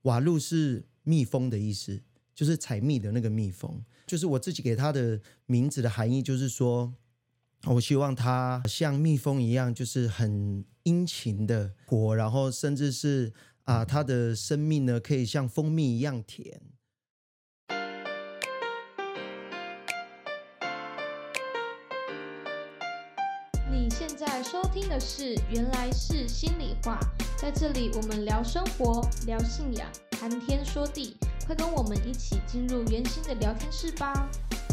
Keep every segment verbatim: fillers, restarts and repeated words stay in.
瓦路是蜜蜂的意思，就是采蜜的那个蜜蜂。就是我自己给它的名字的含义，就是说我希望它像蜜蜂一样，就是很殷勤的活，然后甚至是啊，它的生命呢可以像蜂蜜一样甜。 你现在收听的是原来是心里话，在这里我们聊生活，聊信仰，谈天说地，快跟我们一起进入原心的聊天室吧。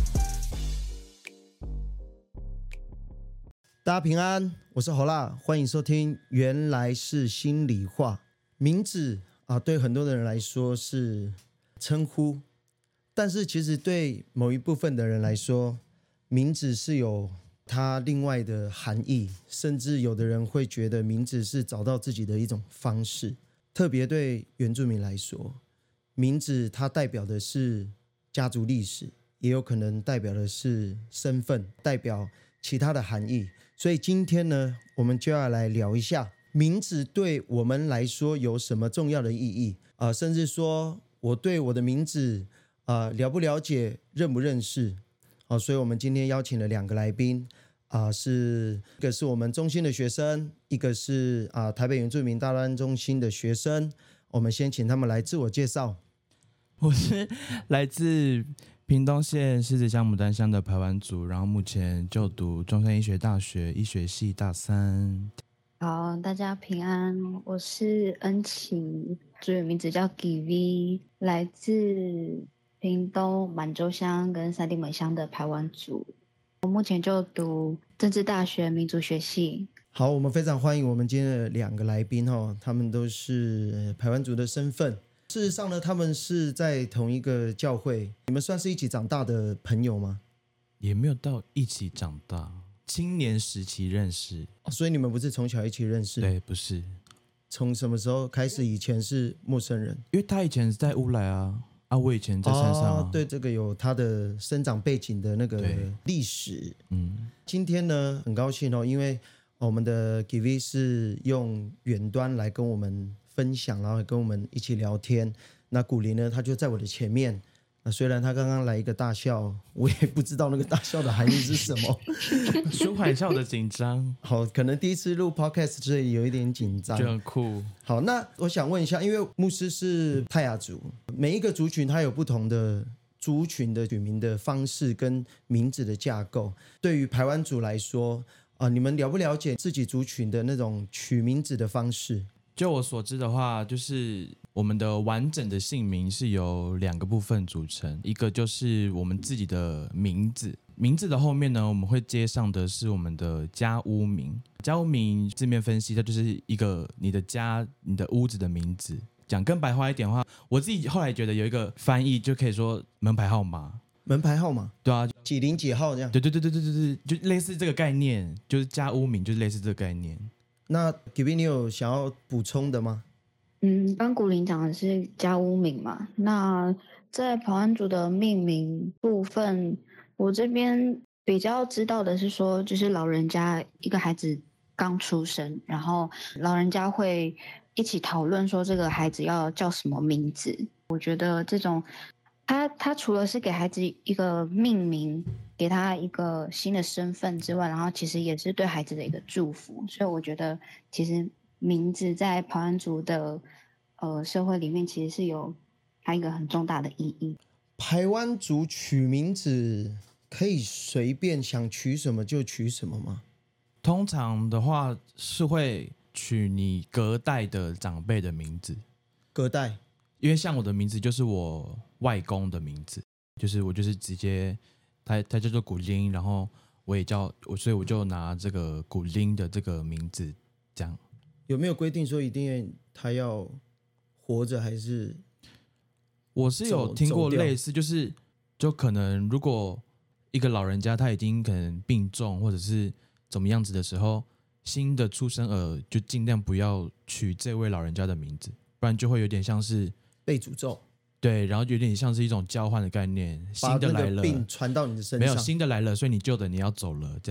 大家平安，我是侯辣，欢迎收听原来是心里话。名字啊，对很多的人来说是称呼，但是其实对某一部分的人来说，名字是有它另外的含义，甚至有的人会觉得名字是找到自己的一种方式。特别对原住民来说，名字它代表的是家族历史，也有可能代表的是身份，代表其他的含义。所以今天呢，我们就要来聊一下名字对我们来说有什么重要的意义啊、呃，甚至说我对我的名字啊、呃、了不了解，认不认识啊、呃。所以我们今天邀请了两个来宾啊、呃，是一个是我们中心的学生，一个是啊、呃、台北原住民大专中心的学生。我们先请他们来自我介绍。 我是来自屏东县狮子乡牡丹乡的排湾族，然后目前就读中山医学大学医学系大三。 好，大家平安，我是恩琪，主语名字叫 Givi， 来自屏东满洲乡跟三地门乡的排湾族，我目前就读政治大学民族学系。 好，我们非常欢迎我们今天的两个来宾、哦、他们都是排湾族的身份。事实上呢，他们是在同一个教会，你们算是一起长大的朋友吗？ 也没有到一起长大，青年时期认识、 哦、所以你们不是从小一起认识？ 对，不是。 从什么时候开始以前是陌生人？ 因为他以前在乌来啊，啊，我以前在山上、啊哦、对，这个有他的生长背景的那个历史。 嗯， 今天呢，很高兴哦，因为我们的 Givi 是用远端来跟我们分享，然后跟我们一起聊天。那古林呢，他就在我的前面。那虽然他刚刚来一个大笑，我也不知道那个大笑的含义是什么， 舒缓一下我的紧张。 好，可能第一次录 podcast， 所以有一点紧张， 就很酷。 好，那我想问一下，因为牧师是泰雅族，每一个族群它有不同的族群的取名的方式跟名字的架构。对于排湾族来说，呃、你们了不了解自己族群的那种取名字的方式？ 就我所知的话，就是我们的完整的姓名是由两个部分组成，一个就是我们自己的名字，名字的后面呢，我们会接上的是我们的家屋名。家屋名字面分析，它就是一个你的家、你的屋子的名字。讲更白话一点的话，我自己后来觉得有一个翻译就可以说门牌号码。 门牌号码？ 对啊， 几零几号这样？ 对对对对对对对，就类似这个概念，就是家屋名，就是类似这个概念。 那 Givi 你有想要补充的吗？ 嗯，刚古林讲的是家屋名嘛，那在排湾族的命名部分，我这边比较知道的是说，就是老人家一个孩子刚出生，然后老人家会一起讨论说这个孩子要叫什么名字。我觉得这种他他除了是给孩子一个命名，给他一个新的身份之外，然后其实也是对孩子的一个祝福。所以我觉得其实名字在排湾族的呃社会里面其实是有它一个很重大的意义。 排湾族取名字可以随便想取什么就取什么吗？ 通常的话是会取你隔代的长辈的名字。 隔代？ 因为像我的名字就是我外公的名字，就是我就是直接他他叫做古林，然后我也叫我，所以我就拿这个古林的这个名字这样。 有没有规定说一定他要活着还是？ 我是有听过类似，就是就可能如果一个老人家他已经可能病重或者是怎么样子的时候，新的出生儿就尽量不要取这位老人家的名字，不然就会有点像是被诅咒。 对，然后有点像是一种交换的概念，新的来了， 把那个病传到你的身上， 没有新的来了，所以你旧的你要走了，这样。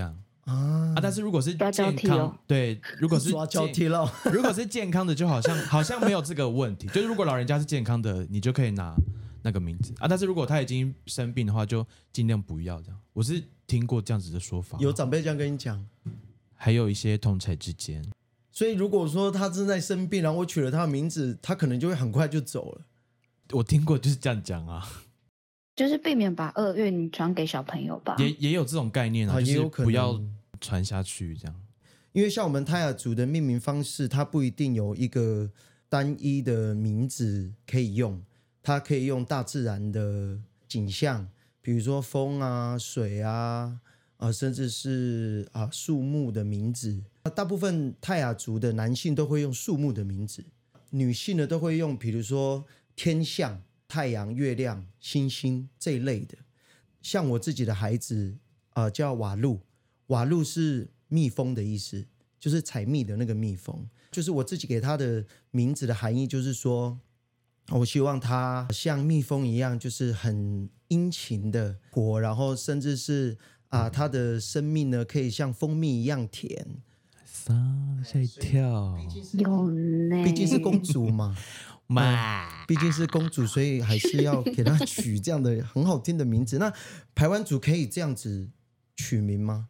啊啊，但是如果是不要交健康， 替哦对，如果是抓交健替咯。 如果是健康的，就好像好像没有这个问题。就是如果老人家是健康的，你就可以拿那个名字啊。但是如果他已经生病的话，就尽量不要这样。我是听过这样子的说法， 有长辈这样跟你讲， 还有一些同才之间， 所以如果说他正在生病，然后我取了他的名字，他可能就会很快就走了。 我听过就是这样讲啊， 就是避免把厄运传给小朋友吧。 也也有这种概念啊， 啊就是也有可能不要传下去这样。 因为像我们泰雅族的命名方式，它不一定有一个单一的名字可以用，它可以用大自然的景象，比如说风啊、水啊，啊，甚至是啊树木的名字。大部分泰雅族的男性都会用树木的名字，女性呢都会用，比如说天象、太阳、月亮、星星这一类的。像我自己的孩子啊、呃，叫瓦路，瓦路是蜜蜂的意思，就是采蜜的那个蜜蜂。就是我自己给他的名字的含义，就是说，我希望他像蜜蜂一样，就是很殷勤的活，然后甚至是啊、呃，他的生命呢可以像蜂蜜一样甜。 啥？吓一跳！ 有呢， 毕竟是公主嘛， 妈， 毕竟是公主，所以还是要给她取这样的很好听的名字。那排湾族可以这样子取名吗？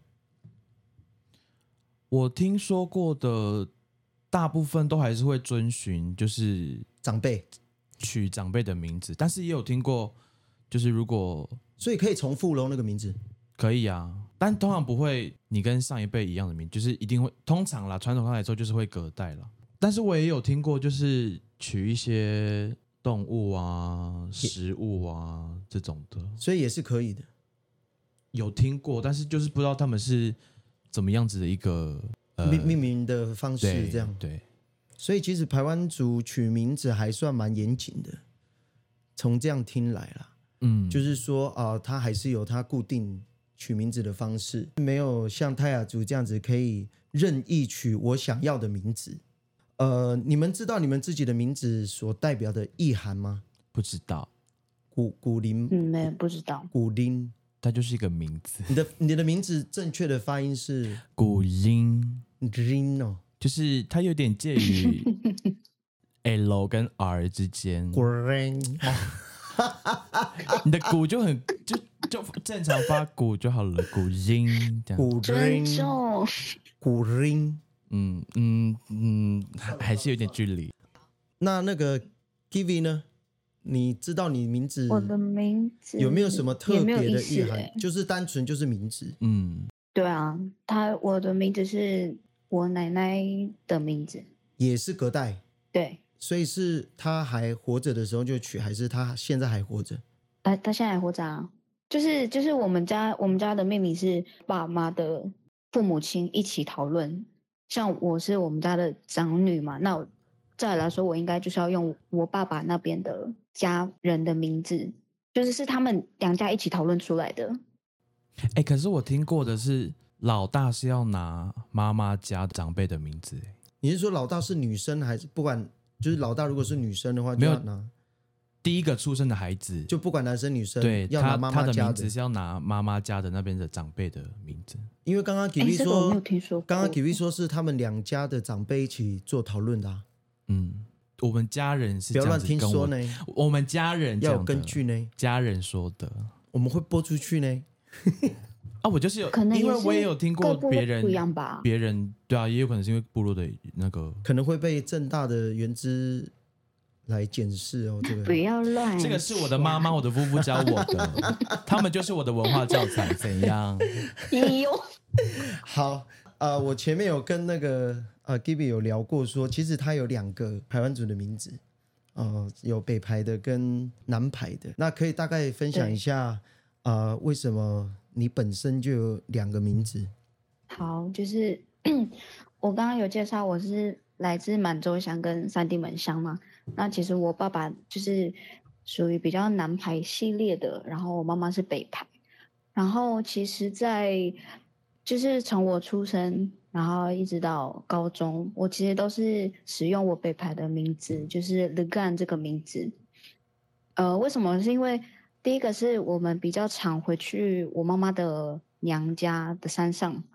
我听说过的大部分都还是会遵循，就是长辈， 取长辈的名字，但是也有听过，就是如果所以可以重复咯那个名字。 可以啊，但通常不会你跟上一辈一样的名，就是一定会，通常啦，传统上来说就是会隔代啦。但是我也有听过，就是取一些动物啊、食物啊这种的， 所以也是可以的。 有听过，但是就是不知道他们是怎么样子的一个呃命命名的方式对这样。 对， 所以其实排湾族取名字还算蛮严谨的，从这样听来啦， 嗯， 就是说啊、呃，它还是有它固定取名字的方式，没有像泰雅族这样子可以任意取我想要的名字。呃，你们知道你们自己的名字所代表的意涵吗？ 不知道， 古古林， 嗯，没有不知道。 古林， 它就是一个名字， 你的你的名字正确的发音是古音， 林哦， 就是它有点介于 L 跟 R 之间。 古林， 你的鼓就很就就正常发鼓就好了，鼓音这样。 古尊林， 重。 古林。 嗯嗯嗯，还还是有点距离。 那那个 Kiwi 呢？你知道你名字我的名字有没有什么特也没有别的意涵？ 意思欸就是单纯就是名字。 嗯， 对啊，他我的名字是我奶奶的名字。 也是隔代， 对， 所以是他还活着的时候就取，还是他现在还活着？ 呃，他现在还活着啊。就是就是我们家我们家的命名是爸妈的父母亲一起讨论。像我是我们家的长女嘛，那我再来说，我应该就是要用我爸爸那边的家人的名字，就是是他们两家一起讨论出来的。 哎、欸，可是我听过的是老大是要拿妈妈家长辈的名字、欸， 你是说老大是女生还是不管？就是老大如果是女生的话，就没有要拿， 第一个出生的孩子， 就不管男生女生， 对他要拿妈他妈家的名字是要拿妈妈家的那边的长辈的名字。 因为刚刚哎， Kiwi 这个我没说有，听说过。 刚刚 Kiwi 说是他们两家的长辈一起做讨论的、啊， 嗯，我们家人是不要这样乱听说子跟我， 呢， 我们家人这要有样的根据呢， 家人说的我们会播出去呢。 啊，我就是有， 可能因为我也是有听过各部别人不一样吧。 别人对啊，也有可能是因为部落的那个， 可能会被正大的原知来检视哦。这不个要乱。 这个是我的妈妈、我的夫妇教我的，他们就是我的文化教材，怎样？ 哎呦， 好，呃，我前面有跟那个呃 Gibi 有聊过说，其实他有两个排湾族的名字，呃，有北排的跟南排的。那可以大概分享一下，呃，为什么你本身就有两个名字？ 好，就是我刚刚有介绍，我是来自满洲乡跟三地门乡嘛。那其实我爸爸就是属于比较南排系列的，然后我妈妈是北排。然后其实在就是从我出生，然后一直到高中，我其实都是使用我北排的名字，就是 Legan 这个名字。呃，为什么？是因为第一个是我们比较常回去我妈妈的娘家的山上，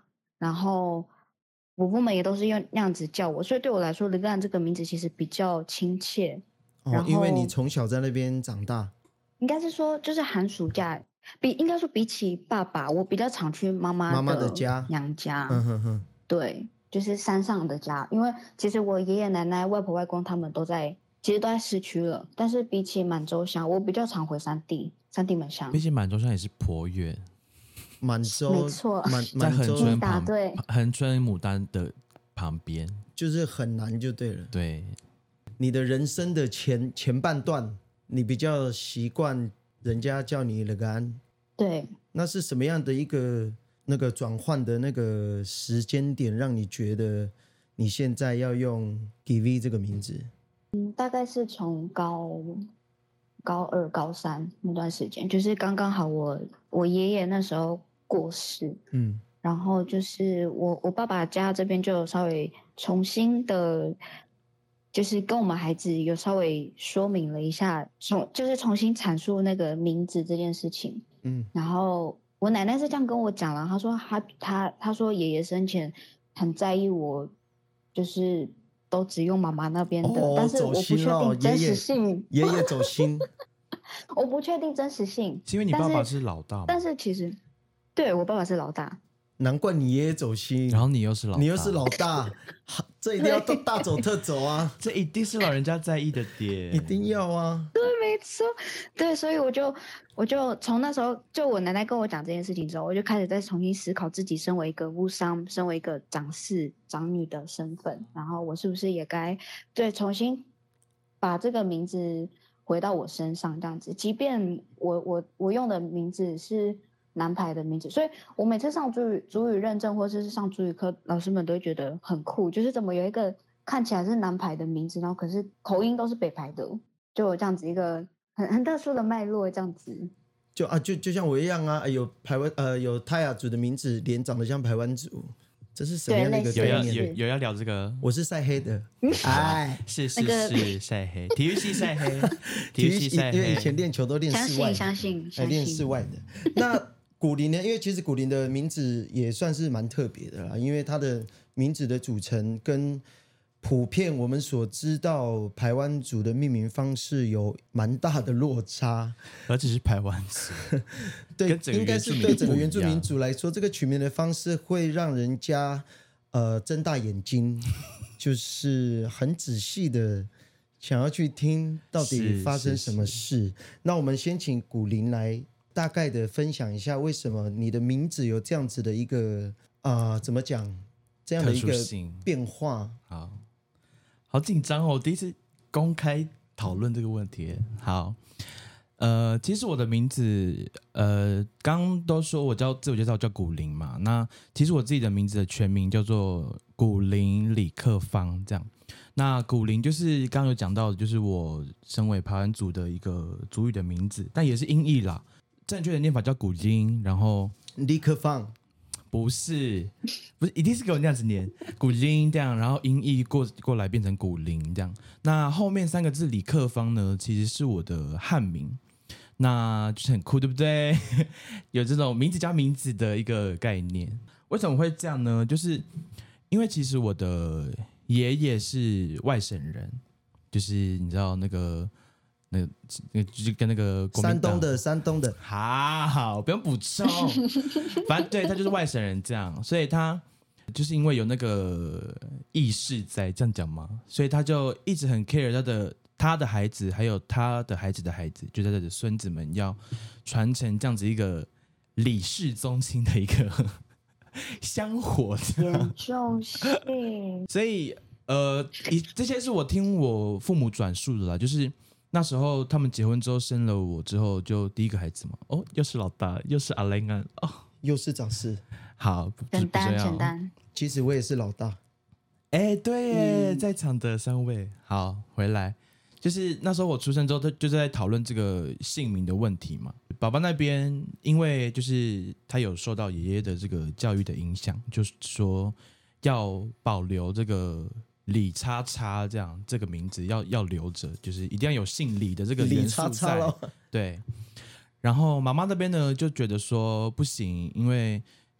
然后伯父们也都是用那样子叫我，所以对我来说雷干这个名字其实比较亲切。然哦， 后因为你从小在那边长大， 应该是说就是寒暑假比应该说比起爸爸，我比较常去妈妈妈妈的家娘家， 嗯哼哼， 对，就是山上的家，因为其实我爷爷奶奶、外婆外公他们都在，其实都在市区了，但是比起满洲乡，我比较常回山地，山地门乡。 毕竟满洲乡也是颇远， 满洲没错满在恒满洲春旁， 答对恒春牡丹的旁边， 就是很难就对了。 对， 你的人生的前前半段，你比较习惯人家叫你勒干， 对， 那是什么样的一个那个转换的那个时间点，让你觉得你现在要用 G V 这个名字？ 嗯，大概是从高高二、高三那段时间，就是刚刚好我我爷爷那时候过世， 嗯， 然后就是我我爸爸家这边就有稍微重新的，就是跟我们孩子有稍微说明了一下，重就是重新阐述那个名字这件事情。 嗯， 然后我奶奶是这样跟我讲了，她说她她她说爷爷生前很在意我，就是都只用妈妈那边的， 哦， 但是我不确走心了， 定真爷爷实性， 爷爷走心， 我不确定真实性， 是因为你但爸爸是老大嘛， 但是其实对我爸爸是老大。 难怪你爷爷走心， 然后你又是老大， 你又是老大，这一定要大走特走啊， 这一定是老人家在意的点， 一定要啊。 对，没错，对，所以我就我就从那时候，就我奶奶跟我讲这件事情之后，我就开始再重新思考自己身为一个巫商，身为一个长氏长女的身份，然后我是不是也该对重新把这个名字回到我身上，这样子，即便我我我用的名字是南排的名字，所以我每次上族语族语认证或者是上族语课，老师们都会觉得很酷，就是怎么有一个看起来是南排的名字，然后可是口音都是北排的，就有这样子一个很很特殊的脉络，这样子。 就啊，就就像我一样啊，有排湾呃有泰雅族的名字，脸长得像排湾族，这是什么样的一个有要概念？ 有有要聊这个， 我是晒黑的，哎， 是是那个是晒黑，体育系晒黑，体育系晒因为以前黑， 练球都练相室外的， 信相信哎， 相练室信， 外的。那古林呢？因为其实古林的名字也算是蛮特别的啦，因为它的名字的组成跟普遍我们所知道排湾族的命名方式有蛮大的落差。 而且是排湾族， 对跟，整个应该是原住民对整个不一样原住民族来说，这个取名的方式会让人家呃睁大眼睛，就是很仔细的想要去听到底是发生是什么事。那我们先请古林来大概的分享一下，为什么你的名字有这样子的一个啊、呃怎么讲这样的一个特殊性变化？ 好好紧张哦，我第一次公开讨论这个问题。好，呃，其实我的名字，呃，刚刚都说我叫自我介绍叫古林嘛，那其实我自己的名字的全名叫做古林李克芳，这样。那古林就是刚刚有讲到的，就是我身为排湾族的一个族语的名字，但也是音译啦。正确的念法叫古林，然后立刻放不是，不是，一定是给我那样子念古林这样，然后音译过过来变成古林这样。那后面三个字李克芳呢，其实是我的汉名，那就是很酷，对不对？有这种名字加名字的一个概念。为什么会这样呢？就是因为其实我的爷爷是外省人，就是你知道那个。那个那个就是跟那个国民党山东的山东的， 好好，不用补充，反正对他就是外省人这样，所以他就是因为有那个意识在，这样讲吗？所以他就一直很 care 他的他的孩子，还有他的孩子的孩子，就他的孙子们要传承这样子一个李氏宗亲的一个香火这样， 严重性， 所以呃，以这些是我听我父母转述的啦，就是那时候他们结婚之后生了我之后，就第一个孩子嘛，哦，又是老大，又是阿雷安，哦， 又是长势。 好，不承担不重要承担， 其实我也是老大， 哎，对耶， 嗯在场的三位，好，回来，就是那时候我出生之后，他就在讨论这个姓名的问题嘛。爸爸那边，因为就是他有受到爷爷的这个教育的影响，就是说要保留这个李叉叉这样这个名字要要留着，就是一定要有姓李的这个李元素叉叉在。 咯。 对，然后妈妈那边呢就觉得说不行，因为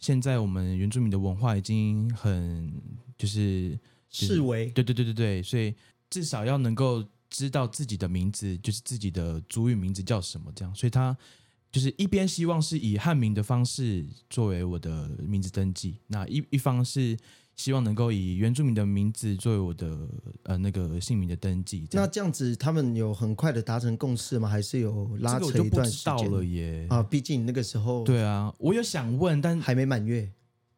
现在我们原住民的文化已经很就是、就是、 视为对对对对对，所以至少要能够知道自己的名字，就是自己的族语名字叫什么这样，所以他就是一边希望是以汉名的方式作为我的名字登记，那一一方是希望能够以原住民的名字作为我的呃那个姓名的登记。 那这样子，他们有很快的达成共识吗？还是有拉扯一段时间？ 这个我就不知道了耶。 啊，毕竟那个时候对啊，我有想问，但还没满月。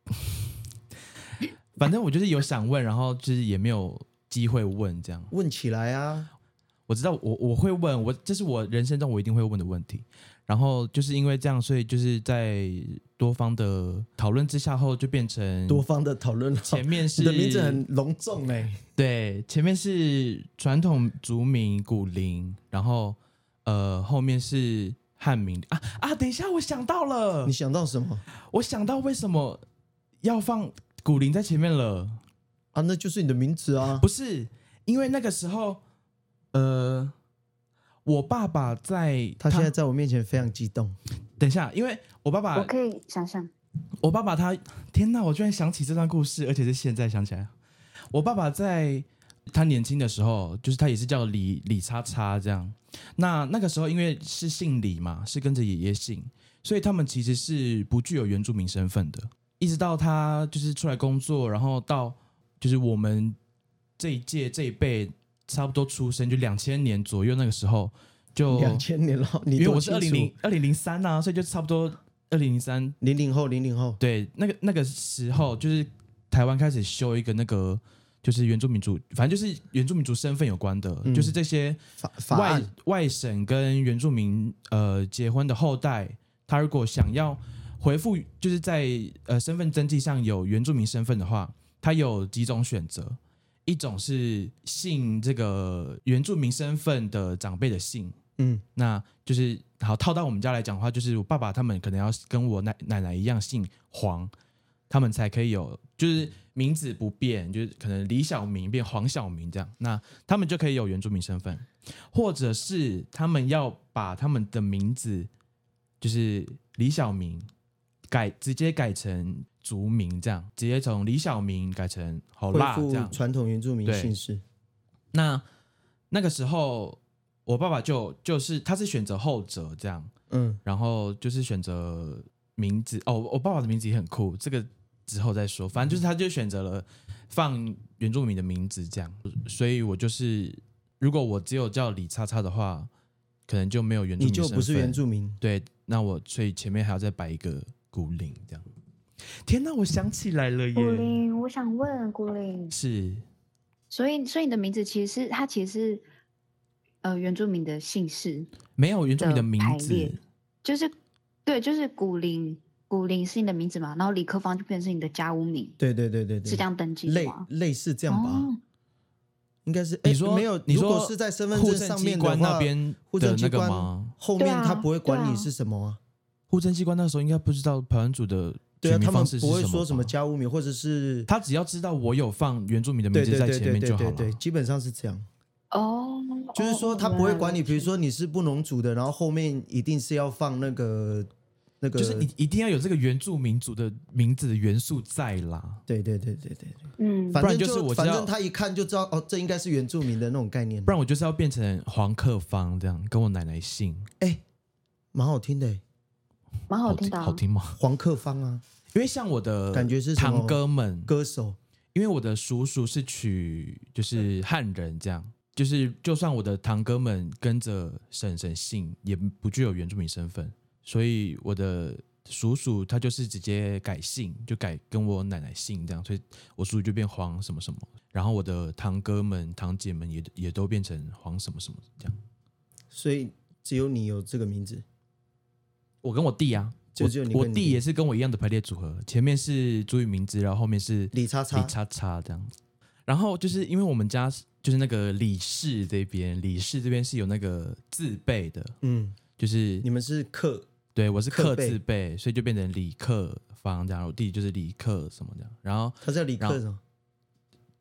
反正我就是有想问，然后就是也没有机会问，这样问起来啊。 我知道我我会问，我这是我人生中我一定会问的问题。然后就是因为这样，所以就是在多方的讨论之下后，就变成多方的讨论。 前面是你的名字很隆重哎、欸， 对，前面是传统族名古灵，然后呃后面是汉名啊啊！等一下，我想到了， 你想到什么？ 我想到为什么要放古灵在前面了啊？那就是你的名字啊！ 不是，因为那个时候呃。我爸爸在他，他现在在我面前非常激动。 等一下，因为我爸爸， 我可以想象， 我爸爸他，天哪！我居然想起这段故事，而且是现在想起来。我爸爸在他年轻的时候，就是他也是叫李李叉叉这样。那那个时候因为是姓李嘛，是跟着爷爷姓，所以他们其实是不具有原住民身份的。一直到他就是出来工作，然后到就是我们这一届这一辈。差不多出生就两千年左右那个时候，就两千年了，你因为我是二零零二零零三呐，所以就差不多二零零三零零后零零后， 对，那个那个时候就是台湾开始修一个那个就是原住民族，反正就是原住民族身份有关的，嗯、就是这些外外省跟原住民呃结婚的后代，他如果想要回复，就是在呃身份登记上有原住民身份的话，他有几种选择。一种是姓这个原住民身份的长辈的姓，嗯，那就是好套到我们家来讲的话，就是我爸爸他们可能要跟我奶奶奶一样姓黄，他们才可以有，就是名字不变，就是可能李小明变黄小明这样，那他们就可以有原住民身份，或者是他们要把他们的名字，就是李小明改直接改成族名这样，直接从李小明改成好辣这样， 传统原住民姓氏。 那那个时候，我爸爸就就是他是选择后者这样，嗯，然后就是选择名字哦，我爸爸的名字也很酷，这个之后再说。反正就是他就选择了放原住民的名字这样，所以我就是如果我只有叫李叉叉的话，可能就没有原住民身份， 你就不是原住民。 对，那我所以前面还要再摆一个古灵这样。天哪，我想起来了耶！ 古灵，我想问古灵是， 所以所以你的名字其实是它其实是呃原住民的姓氏， 没有原住民的名字， 就是对，就是古灵，古灵是你的名字嘛，然后李克芳就变成你的家屋名， 对对对对对， 是这样登记类吗？ 类似这样吧，哦、应该是。 你说没有？ 你说如果是在身份证上面的话， 那边的那个吗？ 后面他不会管你是什么啊。 户政机关那时候应该不知道排湾族的。 对啊，他们不会说什么家屋名，或者是他只要知道我有放原住民的名字在前面就好了。 对对对对对对，基本上是这样。 哦， 就是说他不会管你，比如说你是布农族的，然后后面一定是要放那个那个， 就是你一定要有这个原住民族的名字的元素在啦。 对对对对对， 嗯， 反正就是我反正他一看就知道哦，这应该是原住民的那种概念。 不然我就是要变成黄克芳这样，跟我奶奶姓。 哎，蛮好听的， 蛮好听的， 好听吗？ 黄克芳啊。 因为像我的感觉是堂哥们歌手， 因为我的叔叔是娶就是汉人，这样就是就算我的堂哥们跟着婶婶姓，也不具有原住民身份，所以我的叔叔他就是直接改姓，就改跟我奶奶姓这样，所以我叔叔就变黄什么什么，然后我的堂哥们堂姐们也也都变成黄什么什么这样， 所以只有你有这个名字， 我跟我弟啊。 就只有你跟你弟， 我弟也是跟我一样的排列组合，前面是族语名字，然后后面是李叉叉李叉叉这样。然后就是因为我们家就是那个李氏这边，李氏这边是有那个字辈的，嗯，就是你们是克， 对我是克字辈，所以就变成李克芳这样。我弟就是李克什么这样，然后他叫李克什么？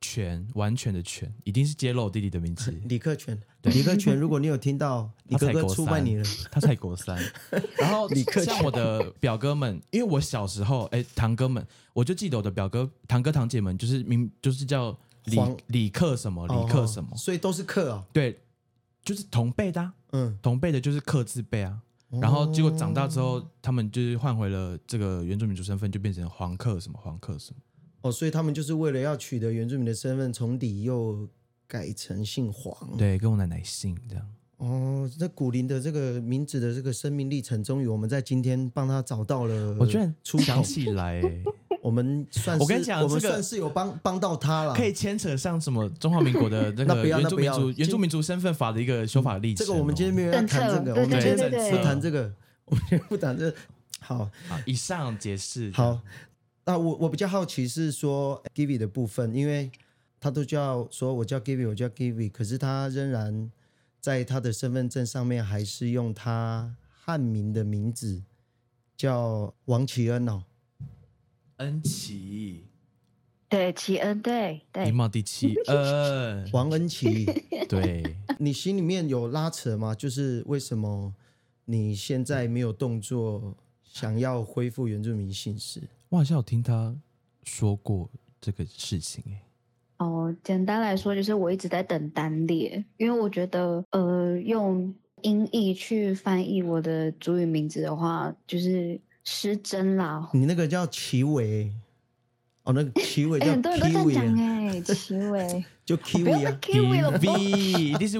全，完全的全，一定是揭露我弟弟的名字。 李克全，李克全，如果你有听到，你哥哥出卖你了， 他才国三。然后像我的表哥们，因为我小时候，哎，堂哥们，我就记得我的表哥、堂哥、堂姐们，就是名就是叫李李克什么，李克什么， 哦、所以都是克啊、哦。 对，就是同辈的、啊，嗯，同辈的就是克字辈啊。然后结果长大之后，他们就是换回了这个原住民族身份，就变成黄克什么黄克什么。 哦，所以他们就是为了要取得原住民的身份，从李又改成姓黄。 对，跟我奶奶姓这样。 哦，这古灵的这个名字的这个生命历程，终于我们在今天帮他找到了。 我居然想起来、欸， 我们算是我跟你讲， 我们算是有帮帮到他了， 可以牵扯上什么中华民国的那个原住民族原住民族身份法的一个修法历程、哦嗯。 这个我们今天没有要谈这个，我们今天不谈这个，我们今天不谈这个。好， 好，以上解释。 好。那我我比较好奇是说 Givy 的部分，因为他都叫说我叫 Givy， 我叫 Givy， 可是他仍然在他的身份证上面还是用他汉名的名字叫王启恩哦， 恩启， 对，启恩，对对， 一茂第七恩， 王恩启， 对， 你心里面有拉扯吗？就是为什么你现在没有动作，想要恢复原住民姓氏？ 我好像有听他说过这个事情哎。 哦，简单来说就是我一直在等单列，因为我觉得呃用音译去翻译我的族语名字的话，就是失真啦。 你那个叫奇伟，哦，那个奇伟叫 Kiwi，、欸、 很多人都这样讲哎，奇伟就 Kiwi 啊 ，Kiwi 了 ，V 一定是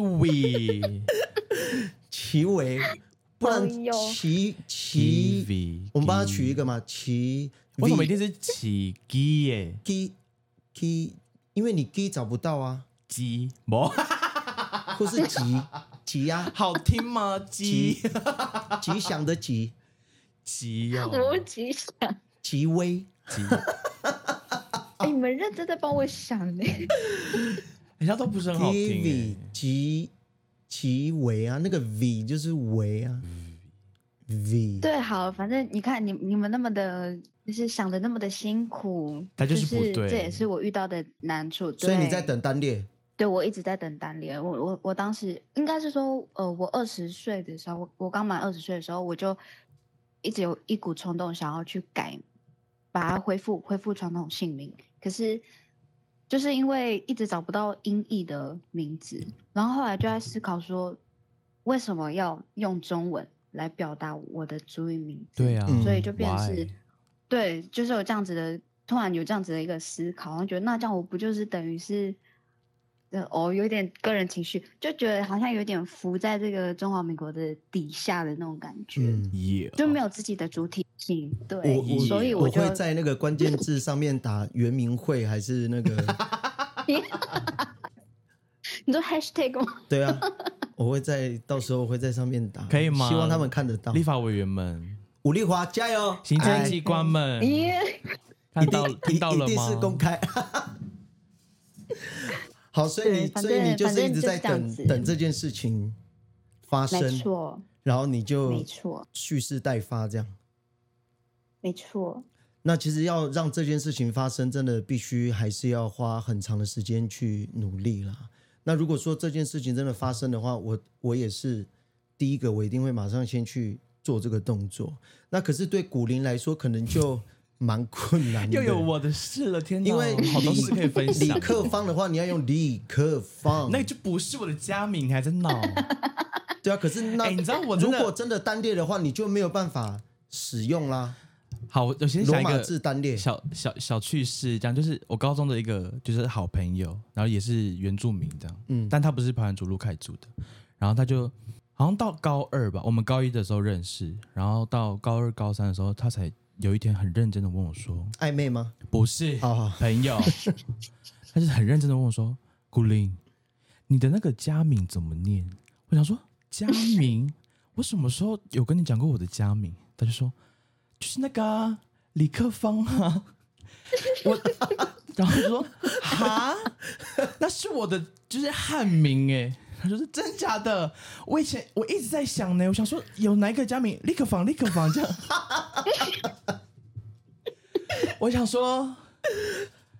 V， 奇伟，不然奇奇 V， 我们帮他取一个嘛，奇。 为什么一定是起鸡耶？ 鸡鸡，因为你鸡找不到啊， 鸡不， 或是吉吉啊， 好听吗？吉吉祥的吉， 吉哦， 我吉祥， 吉威吉。 哎，你们认真在帮我想呢， 人家都不是很好听。 吉吉维啊，那个 V 就是维啊。V 对，好，反正你看你你们那么的，就是想的那么的辛苦， 他就是不对， 就是、这也是我遇到的难处。 所以你在等单列？ 对，我一直在等单列。我我我当时应该是说，呃，我二十岁的时候，我我刚满二十岁的时候，我就一直有一股冲动想要去改，把它恢复恢复传统姓名。可是就是因为一直找不到音译的名字，然后后来就在思考说，为什么要用中文来表达我的族语名字？ 对啊， 所以就变成是， 嗯、 对，就是有这样子的，突然有这样子的一个思考，然后觉得那这样我不就是等于是，呃，哦，有点个人情绪，就觉得好像有点浮在这个中华民国的底下的那种感觉， 嗯， 就没有自己的主体性。对， 我所以我就我会在那个关键字上面打原民会还是那个， 你说 hashtag 吗？ 对啊。我会在到时候我会在上面打， 可以吗？ 希望他们看得到。 立法委员们， 伍丽华加油！ 行政机关们，看到听到了吗？ 一定是公开。好，所以你所以你就是一直在等等这件事情发生， 没错。 然后你就没错蓄势待发这样。 没错。 那其实要让这件事情发生，真的必须还是要花很长的时间去努力啦。那如果说这件事情真的发生的话，我我也是第一个，我一定会马上先去做这个动作。那可是对古灵来说，可能就蛮困难的。 又有我的事了，天哪！ 因为好多事可以分享。 李克芳的话，你要用李克芳， 那就不是我的家名，你还在闹。 对啊，可是那、 欸、你知道我如果真的单列的话，你就没有办法使用啦。 好，我先想一个罗马字单列小小小趣事，这样就是我高中的一个就是好朋友，然后也是原住民这样，嗯，但他不是排湾族陆凯族的，然后他就好像到高二吧，我们高一的时候认识，然后到高二高三的时候，他才有一天很认真的问我说， 暧昧吗？ 不是， 好好朋友，他就很认真的问我说，古灵，你的那个家名怎么念？我想说家名，我什么时候有跟你讲过我的家名？他就说。就是那个、啊、李克芳啊，我，然后就说哈，那是我的就是汉名哎，他说是真假的，我以前我一直在想呢，我想说有哪一个家名李克芳李克芳这样，我想说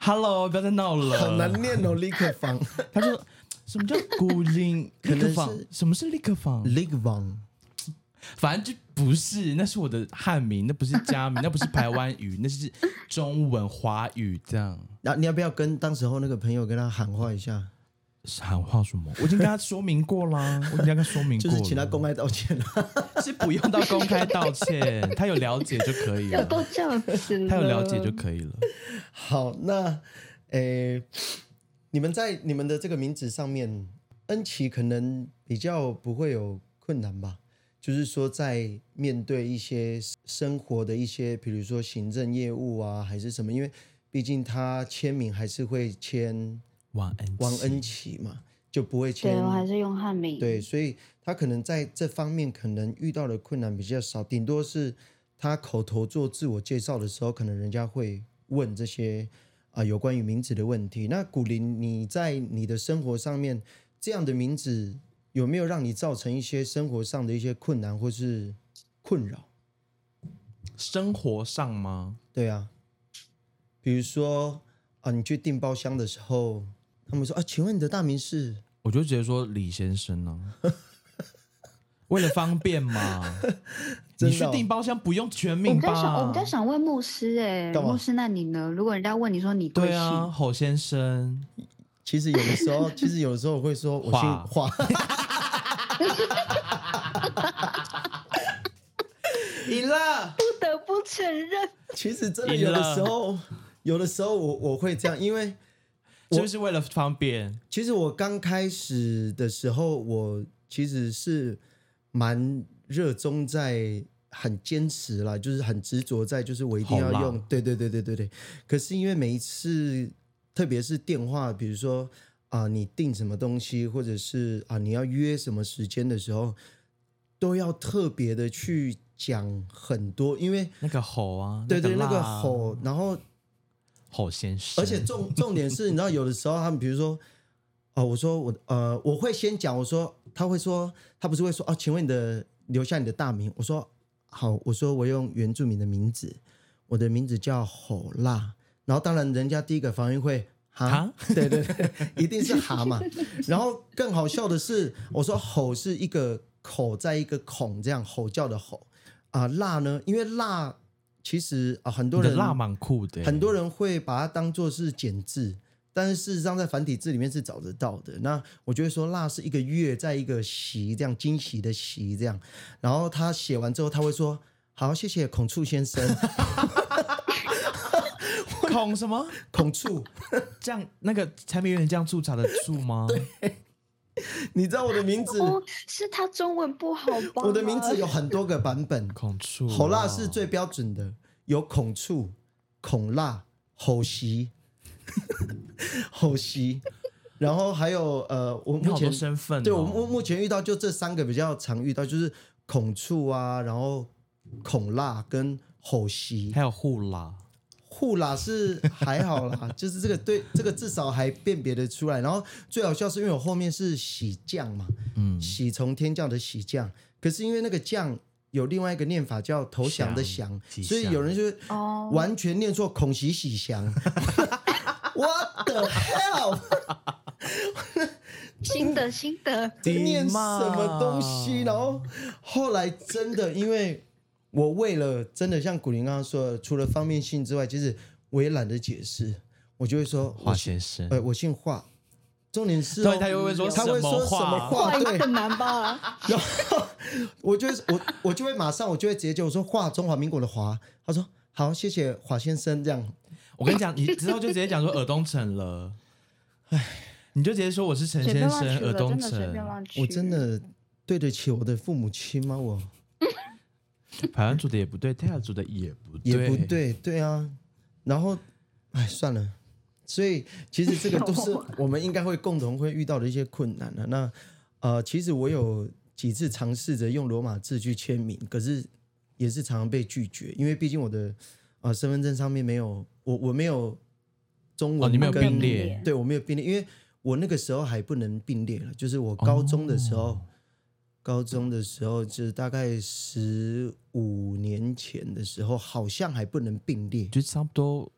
Hello， 不要再闹了， 好难念哦，立刻房。 他说什么叫古林立克坊？什么是立克坊？ 立克坊， 反正就不是，那是我的汉名，那不是家名，那不是台湾语，那是中文华语这样。 那、啊、你要不要跟当时候那个朋友跟他喊话一下？ 喊话什么？我已经跟他说明过啦，我已经跟他说明过了， 就是请他公开道歉了。 是不用到公开道歉，他有了解就可以了。 都这样子了， 他有了解就可以了。 好，那诶，你们在你们的这个名字上面，恩琪可能比较不会有困难吧？就是说，在面对一些生活的一些，比如说行政业务啊，还是什么，因为毕竟他签名还是会签。 王恩王恩琪嘛，就不会签。 对，我还是用汉名。 对，所以他可能在这方面可能遇到的困难比较少，顶多是他口头做自我介绍的时候，可能人家会问这些啊、呃、有关于名字的问题。那古林，你在你的生活上面，这样的名字有没有让你造成一些生活上的一些困难或是困扰？ 生活上吗？ 对啊，比如说啊，你去订包厢的时候。他们说啊，请问你的大名是？ 我就直接说李先生呢、啊，为了方便嘛。你去订包厢不用全名吧？ 我比较想，我比较想问牧师哎、欸，牧师，那你呢？如果人家问你说你贵姓？ 对啊，侯先生。 其实有的时候，其实有的时候我会说我姓华。赢了， 不得不承认。 其实真的有的时候，有的时候我我会这样，因为。 就是为了方便。 其实我刚开始的时候，我其实是蛮热衷在很坚持啦，就是很执着在，就是我一定要用。对对对对对对。可是因为每一次，特别是电话，比如说啊、呃，你订什么东西，或者是啊、呃、你要约什么时间的时候，都要特别的去讲很多，因为那个吼啊， 对对， 那个那个吼，然后。 侯先生， 而且重重点是，你知道，有的时候他们比如说，哦，我说我呃，我会先讲，我说他会说，他不是会说哦，请问你的留下你的大名，我说好，我说我用原住民的名字，我的名字叫吼辣，然后当然人家第一个反应会哈，对对对，一定是哈嘛，然后更好笑的是，我说吼是一个口在一个孔这样吼叫的吼啊、呃，辣呢，因为辣。其实啊、呃，很多人辣蛮酷的， 很多人会把它当作是简字，但是事实上在繁体字里面是找得到的。那我就会说，辣是一个月在一个喜，这样惊喜的喜这样。然后他写完之后，他会说：“好，谢谢孔畜先生。” 孔什么？ 孔畜？ 这样那个柴米油盐酱醋茶的醋吗？ 对。你知道我的名字、 哦、是他中文不好吧？ 我的名字有很多个版本， 孔畜、 吼辣是最标准的，有孔畜、孔辣、吼席、吼席，然后还有呃，我目前身份、哦， 对我目目前遇到就这三个比较常遇到，就是孔畜啊，然后孔辣跟吼席， 还有护辣。 护啦是还好啦，就是这个对这个至少还辨别得出来。然后最好笑是因为我后面是喜将嘛，嗯，喜从天降的喜将，可是因为那个将有另外一个念法叫投降的降，所以有人就完全念错孔喜喜降。What the hell？ 新的新的， 念什么东西？然后后来真的因为。我为了真的像古林刚刚说的，除了方便性之外，其实我也懒得解释，我就会说华先生， 呃，我姓华。重点是、 哦，他又会说他会说什么话？对， 很难吧？ 然后我就我我就会马上我就会直接就我说华中华民国的华，他说好，谢谢华先生这样。 我跟你讲，你之后就直接讲说尔东城了，哎，你就直接说我是陈先生，尔东城。 我真的对得起我的父母亲吗？我。 排湾族的也不对，泰雅族的也不对， 也不对，对啊。然后，哎，算了。所以其实这个都是我们应该会共同会遇到的一些困难了、啊。那呃，其实我有几次尝试着用罗马字去签名，可是也是常常被拒绝，因为毕竟我的呃身份证上面没有我我没有中文、 哦，你没有并列， 对我没有并列，因为我那个时候还不能并列了，就是我高中的时候。哦高中的时候，就是大概十五年前的时候，好像还不能并列， 就差不多我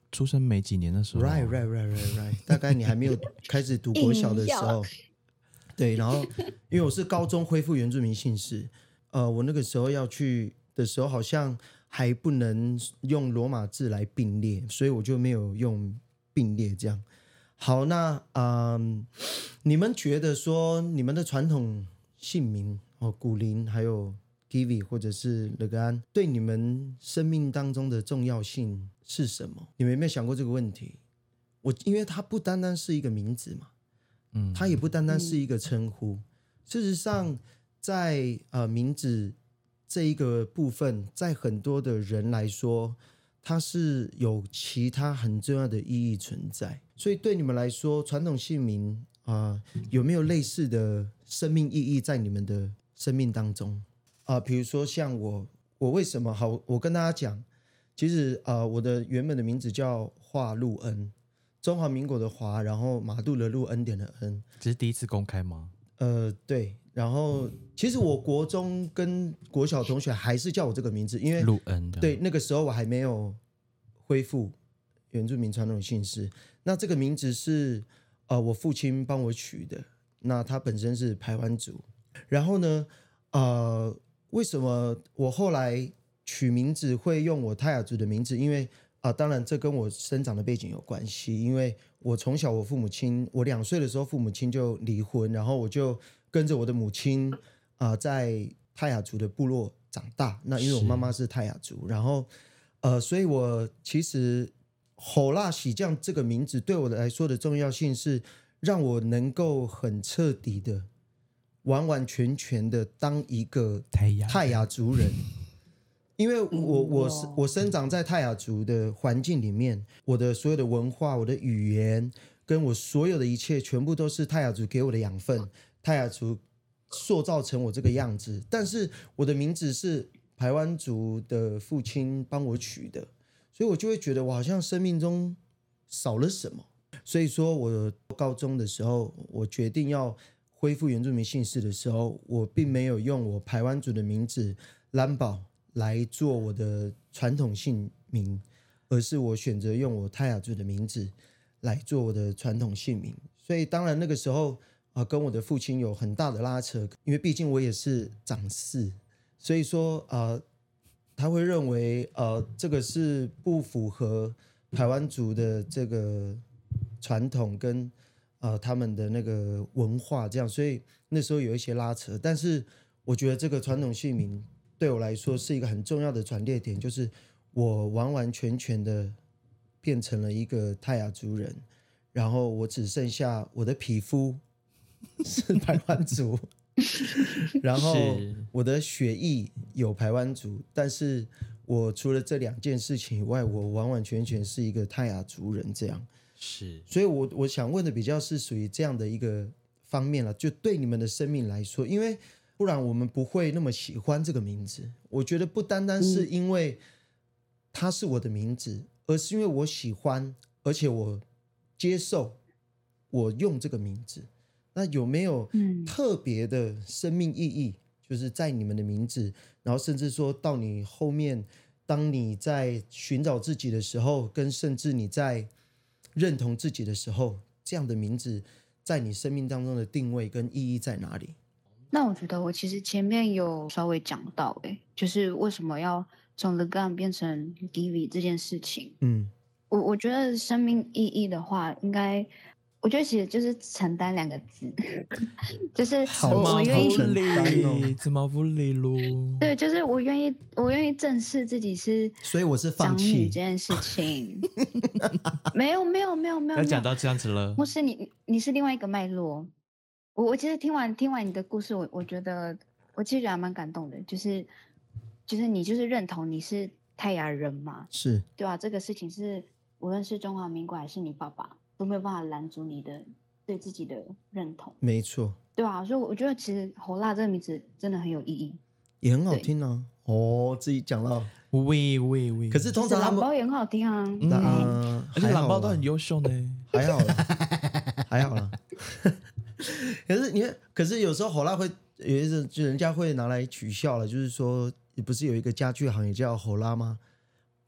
出生没几年的时候、啊、 right right right right right 大概你还没有开始读国小的时候对，然后因为我是高中恢复原住民姓氏，呃，我那个时候要去的时候好像还不能用罗马字来并列，所以我就没有用并列这样。好，那嗯，你们觉得说你们的传统姓名哦，古林还有 Kiwi 或者是乐安，对你们生命当中的重要性是什么？你们有没有想过这个问题？我因为它不单单是一个名字嘛，嗯，它也不单单是一个称呼。嗯、事实上，在呃名字这一个部分，在很多的人来说，它是有其他很重要的意义存在。所以对你们来说，传统姓名啊、呃，有没有类似的生命意义在你们的生命当中啊、呃？比如说像我，我为什么好？我跟大家讲，其实呃，我的原本的名字叫华陆恩，中华民国的华，然后马杜的陆，恩典的恩。 这是第一次公开吗？ 呃，对。然后其实我国中跟国小同学还是叫我这个名字，因为陆恩的。 对，那个时候我还没有恢复原住民传统姓氏。那这个名字是呃我父亲帮我取的，那他本身是排湾族。然后呢，呃，为什么我后来取名字会用我泰雅族的名字？因为啊、呃，当然这跟我生长的背景有关系。因为我从小我父母亲，我两岁的时候父母亲就离婚，然后我就跟着我的母亲啊、呃，在泰雅族的部落长大。那因为我妈妈是泰雅族，然后呃，所以我其实吼辣喜酱这个名字对我来说的重要性是让我能够很彻底的、完完全全的当一个泰雅族人。因为我我是我生长在泰雅族的环境里面，我的所有的文化、我的语言，跟我所有的一切，全部都是泰雅族给我的养分，泰雅族塑造成我这个样子。但是我的名字是排湾族的父亲帮我取的，所以我就会觉得我好像生命中少了什么。所以说我高中的时候，我决定要恢复原住民姓氏的时候，我并没有用我排湾族的名字蓝宝来做我的传统姓名，而是我选择用我泰雅族的名字来做我的传统姓名。所以当然那个时候、呃、跟我的父亲有很大的拉扯，因为毕竟我也是长嗣，所以说、呃、他会认为、呃、这个是不符合排湾族的这个传统跟、呃、他们的那个文化，这样，所以那时候有一些拉扯。但是我觉得这个传统姓名对我来说是一个很重要的转捩点，就是我完完全全的变成了一个泰雅族人，然后我只剩下我的皮肤是排湾族然后我的血液有排湾族，但是我除了这两件事情以外，我完完全全是一个泰雅族人，这样是。 所以我我想问的比较是属于这样的一个方面了，就对你们的生命来说，因为不然我们不会那么喜欢这个名字。我觉得不单单是因为它是我的名字、嗯、而是因为我喜欢，而且我接受我用这个名字。那有没有特别的生命意义、嗯、就是在你们的名字，然后甚至说到你后面当你在寻找自己的时候，跟甚至你在认同自己的时候，这样的名字在你生命当中的定位跟意义在哪里？ 那我觉得我其实前面有稍微讲到、欸、就是为什么要从 Legan 变成 Kiwi 这件事情。嗯，我我觉得生命意义的话，应该我觉得其实就是承担两个字就是我我愿意承担哦，怎么不理咯？ 对，就是我愿意我愿意正视自己是， 所以我是放弃这件事情没有没有没有没有要讲到这样子了， 或是你你是另外一个脉络。我我其实听完听完你的故事，我我觉得我其实觉得还蛮感动的，就是就是你就是认同你是泰雅人嘛， 是对吧、啊？这个事情是无论是中华民国还是你爸爸都没有办法拦阻你的对自己的认同， 没错， 对啊，所以我觉得其实侯辣这个名字真的很有意义， 也很好听啊。哦，自己讲到喂喂喂， 可是通常懒包也很好听啊， 嗯，呃、 而且懒包都很优秀呢， 还好啦还好啦可是你看，可是有时候侯辣会有一种，就人家会拿来取笑了，就是说，不是有一个家具行也叫侯辣吗？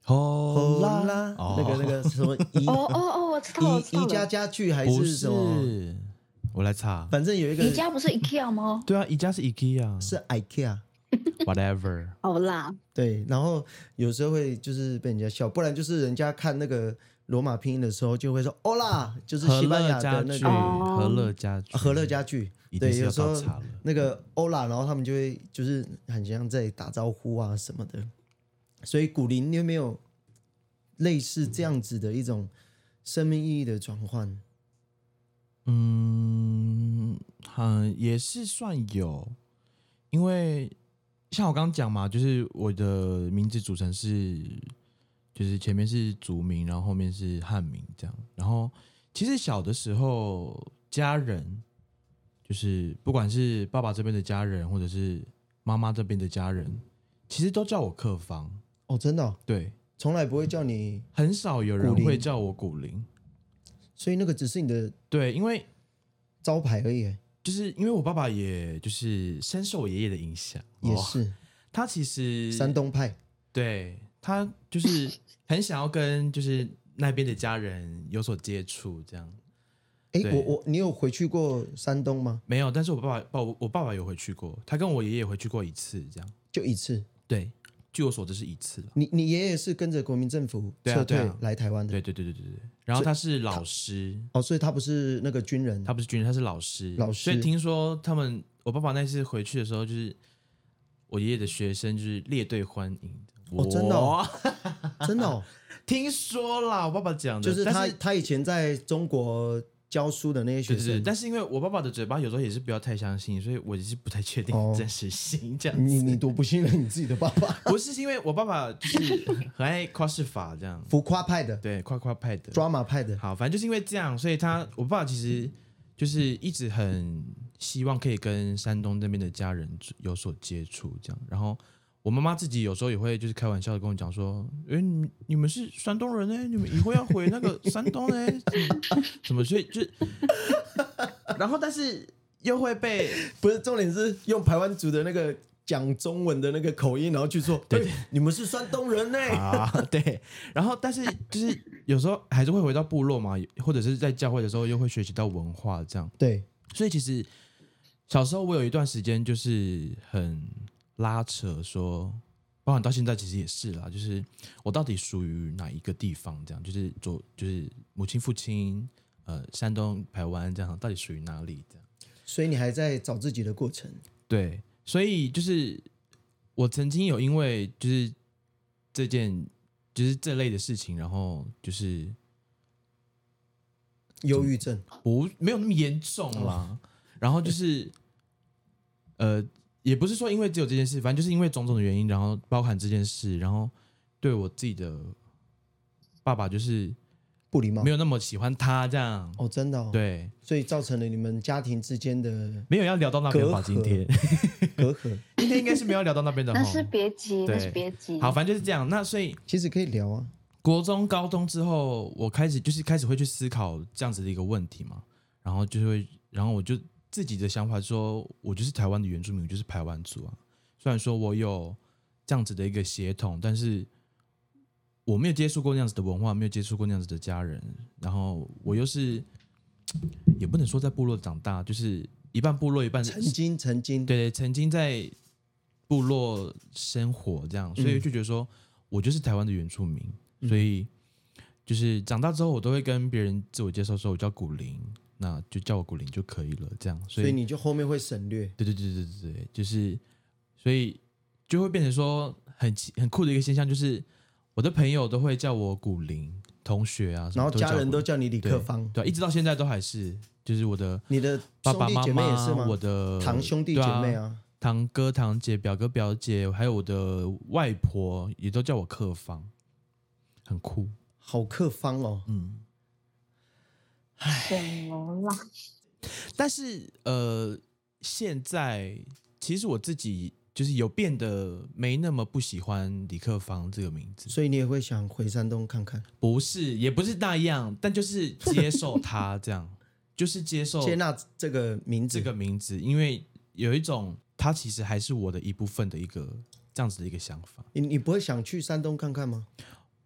好啦啦，哦那个那个什么宜哦哦哦，我知道我知道宜宜家了。 家具还不是什么？ 是，我来查。 反正有一个宜家不是 IKEA 吗？ 对啊，宜家是 IKEA， 是 IKEA。 whatever。 好啦， 对，然后有时候会就是被人家笑，不然就是人家看那个罗马拼音的时候就会说欧啦，就是和西班牙乐家具， 的那个哦和乐家具， 啊和乐家具。对， 一定是要有时候到茶了。 那个欧啦，然后他们就会就是很像在打招呼啊什么的。所以古灵，你有没有类似这样子的一种生命意义的转换？ 嗯，嗯，也是算有，因为像我刚刚讲嘛，就是我的名字组成是，就是前面是族名，然后后面是汉名这样。然后其实小的时候，家人就是不管是爸爸这边的家人，或者是妈妈这边的家人，其实都叫我客方。 哦，真的哦、 对， 从来不会叫你， 很少有人古灵会叫我古灵。 所以那个只是你的对，因为招牌而已， 就是因为我爸爸也就是深受我爷爷的影响，哦也是他其实山东派。 对他就是很想要跟就是那边的家人有所接触，这样哎， 对我我你有回去过山东吗？ 没有，但是我爸爸爸我爸爸有回去过，他跟我爷爷回去过一次，这样就一次。 对，据我所知是一次了。 你你爷爷是跟着国民政府对啊撤退对啊来台湾的， 对对对对对对，然后他是老师， 哦，所以他不是那个军人， 他不是军人，他是老师， 老师所以听说他们我爸爸那次回去的时候，就是我爷爷的学生就是列队欢迎。 哦真的哦哇真的哦， 听说啦，我爸爸讲的， 就是他但是他以前在中国教书的那些学生， 对对对，但是因为我爸爸的嘴巴有时候也是不要太相信，所以我也是不太确定哦真实性这样子。 你你多不信任你自己的爸爸， 不是因为我爸爸就是很爱夸饰法这样， 浮夸派的对，夸夸派的。 ，drama 派的， 好，反正就是因为这样，所以他我爸爸其实就是一直很希望可以跟山东那边的家人有所接触，这样。然后我妈妈自己有时候也会就是开玩笑的跟我讲说，哎，你你们是山东人呢，你们以后要回那个山东呢，什么，所以就，然后但是又会被不是重点是用台湾族的那个讲中文的那个口音，然后去说，对，你们是山东人呢， 啊，对，然后但是就是有时候还是会回到部落嘛，或者是在教会的时候又会学习到文化这样， 对， 所以其实小时候我有一段时间就是很拉扯说，包含到现在其实也是啦，就是我到底属于哪一个地方这样，就是左就是母亲父亲呃山东台湾这样，到底属于哪里这样， 所以你还在找自己的过程， 对。所以就是我曾经有因为就是这件就是这类的事情，然后就是忧郁症， 不没有那么严重啦，然后就是呃也不是说因为只有这件事，反正就是因为种种的原因，然后包含这件事，然后对我自己的爸爸就是不礼貌没，有那么喜欢他这样， 哦，真的哦，， 对， 所以造成了你们家庭之间的没有要聊到那边吧？ 隔阂今天隔阖， 今天应该是没有聊到那边的哈那是别急， 对那是别急。 好，反正就是这样。那所以其实可以聊啊， 国中、高中之后，我开始就是开始会去思考这样子的一个问题嘛，然后就会，然后我就自己的想法说，我就是台湾的原住民，我就是排湾族啊。虽然说我有这样子的一个血统，但是我没有接触过那样子的文化，没有接触过那样子的家人，然后我又是也不能说在部落长大，就是一半部落一半曾经曾经， 对，曾经在部落生活这样，所以就觉得说、嗯、我就是台湾的原住民，所以就是长大之后我都会跟别人自我介绍说我叫古灵，那就叫我古灵就可以了这样，所以所以你就后面会省略， 对对对对对对，就是所以就会变成说很很酷的一个现象，就是我的朋友都会叫我古灵，同学啊， 然后家人都叫你李克芳， 对，对、啊，一直到现在都还是，就是我的你的爸爸妈兄弟姐妹也是吗？ 妈，我的堂兄弟姐妹啊， 堂哥堂姐、表哥表姐，还有我的外婆，也都叫我克芳，很酷， 好克芳哦。 嗯， 什么啦？ 但是呃，现在其实我自己就是有变得没那么不喜欢李克芳这个名字， 所以你也会想回山东看看， 不是，也不是那样，但就是接受它这样，就是接受接纳这个名字， 这个名字，因为有一种它其实还是我的一部分的一个这样子的一个想法。 你你不会想去山东看看吗？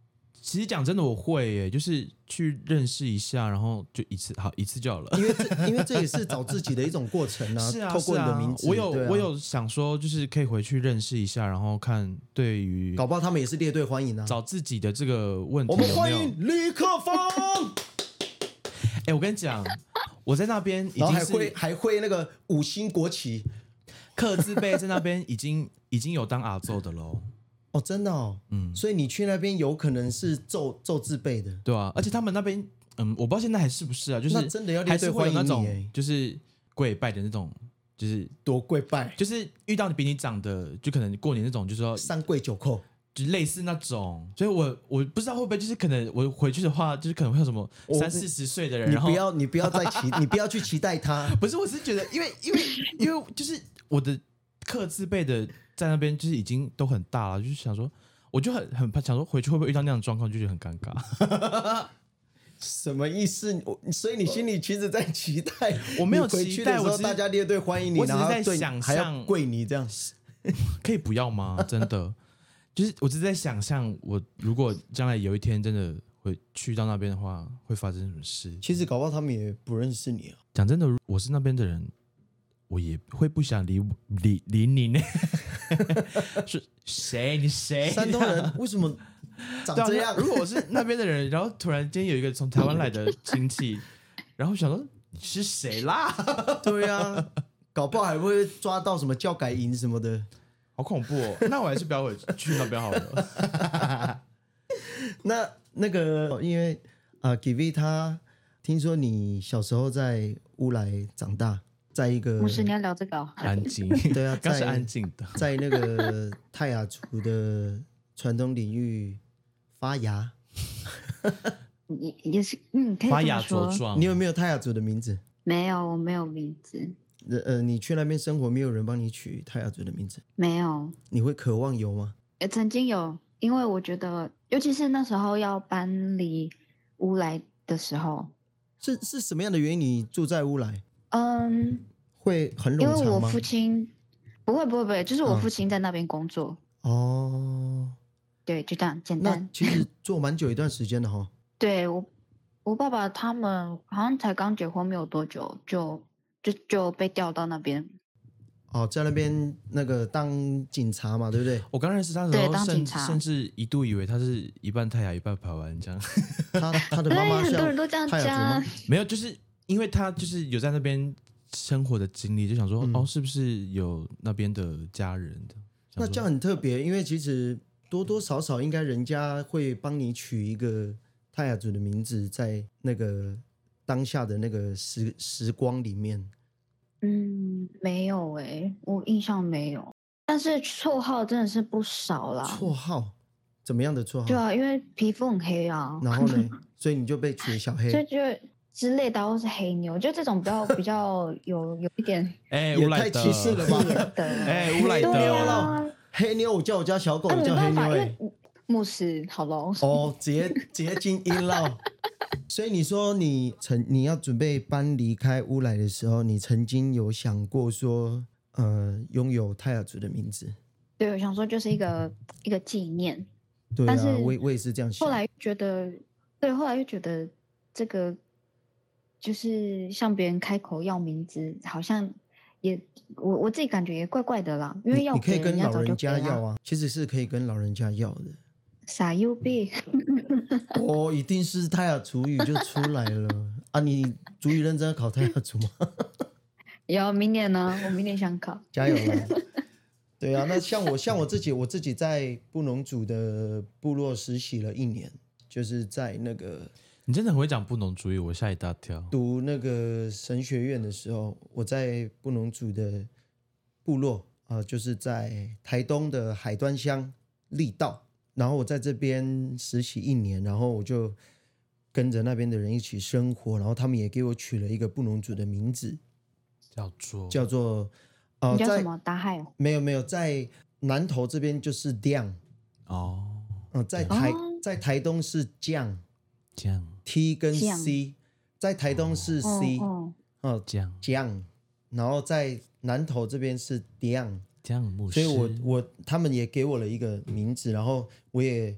其实讲真的，我会耶，就是去认识一下，然后就一次好一次就好了。 因为这因为这也是找自己的一种过程啊。 是啊， 透过你的名字， 啊、我有、 啊、 我有想说，就是可以回去认识一下，然后看对于搞不好他们也是列队欢迎啊。 找自己的这个问题有没有， 我们欢迎李克峰。 哎，我跟你讲，我在那边已经然后还会还会那个五星国旗， 克字辈在那边已经已经有当阿奏的喽。 哦，真的哦，嗯，所以你去那边有可能是奏奏字辈的， 对啊，而且他们那边，嗯，我不知道现在还是不是啊，就是那真的要列队欢迎你， 那种就是跪拜的那种，就是多跪拜， 就是遇到比你长的，就可能过年那种，就是说三跪九叩， 就类似那种。所以我我不知道会不会就是可能我回去的话，就是可能会有什么三四十岁的人， 你不要你不要再期，你不要去期待他。 不是，我是觉得，因为因为因为就是我的克字辈的。在那边就是已经都很大了，就是想说，我就很很怕，想说回去会不会遇到那样的状况，就觉得很尴尬。 什么意思？所以你心里其实在期待， 我没有期待， 我大家列队欢迎你， 我只是在想象还要跪你这样， 可以不要吗？真的，就是我只是在想象，我如果将来有一天真的会去到那边的话，会发生什么事？ 其实搞不好他们也不认识你啊。 讲真的，我是那边的人。我也会不想理理理你呢，是谁？你谁？ 山东人为什么长这样？ 啊、如果我是那边的人，然后突然间有一个从台湾来的亲戚，然后想说你是谁啦？ 对啊，搞不好还会抓到什么教改营什么的， 好恐怖哦！那我还是不要回去那边好了。 那那个，因为啊 ，Givi 他听说你小时候在乌来长大。在一个， 不是你要聊这个、哦， 安静， 对啊， 刚是安静的， 在那个泰雅族的传统领域发芽， 也也是，嗯，可以发芽茁壮。 你有没有泰雅族的名字？ 没有，我没有名字。 呃，你去那边生活，没有人帮你取泰雅族的名字？ 没有。 你会渴望有吗？ 也曾经有，因为我觉得，尤其是那时候要搬离乌来的时候， 是是什么样的原因你住在乌来？ 嗯， 会很冗长吗？ 因为我父亲不会不会不会，就是我父亲在那边工作。 嗯、哦， 对，就这样简单。 那其实做蛮久一段时间的哈。 对我，我爸爸他们好像才刚结婚没有多久，就就就被调到那边。 哦，在那边那个当警察嘛，对不对？ 我刚认识他的时候，甚甚至一度以为他是一半泰雅一半排湾这样。 他他的妈妈很多人都这样讲， 没有，就是因为他就是有在那边生活的经历，就想说、嗯、哦，是不是有那边的家人的？ 那这样很特别，因为其实多多少少应该人家会帮你取一个泰雅族的名字，在那个当下的那个时时光里面。 嗯，没有哎、欸，我印象没有。但是绰号真的是不少啦。 绰号怎么样的绰号？ 对啊，因为皮肤很黑啊。 然后呢，所以你就被取小黑。 所以就之类的，或是黑妞，就这种比较比较有有一点， 哎、欸， 也太歧视了吧？ 哎，乌来的， 黑妞了，黑妞，我叫我家小狗，你、啊、叫黑妞哎、欸。 牧师，好咯。 哦，直接直接进音了。所以你说你曾你要准备搬离开乌来的时候，你曾经有想过说，呃，拥有泰雅族的名字？ 对，我想说就是一个一个纪念。 对啊， 但是我我也是这样想。 后来觉得，对，后来又觉得这个就是向别人开口要名字，好像也我我自己感觉也怪怪的啦。因为要你可以跟老人家要啊， 其实是可以跟老人家要的。 傻 U B， 哦，一定是泰雅族语就出来了啊！你族语认真要考泰雅族吗？ 有，明年呢，我明年想考， 加油啦！对啊，那像我像我自己，我自己在布农族的部落实习了一年，就是在那个你真的很会讲布农族语，我吓一大跳。 读那个神学院的时候，我在布农族的部落啊、呃，就是在台东的海端乡力道。然后我在这边实习一年，然后我就跟着那边的人一起生活，然后他们也给我取了一个布农族的名字， 叫做叫做呃， 你叫什么？达海？ 没有没有，在南投这边就是亮哦， 呃，在台、 哦、 在台东是酱酱 T 跟 C， 在台东是 C 哦哦酱酱，然后在南投这边是亮。 这样牧师， 所以我我他们也给我了一个名字，然后我也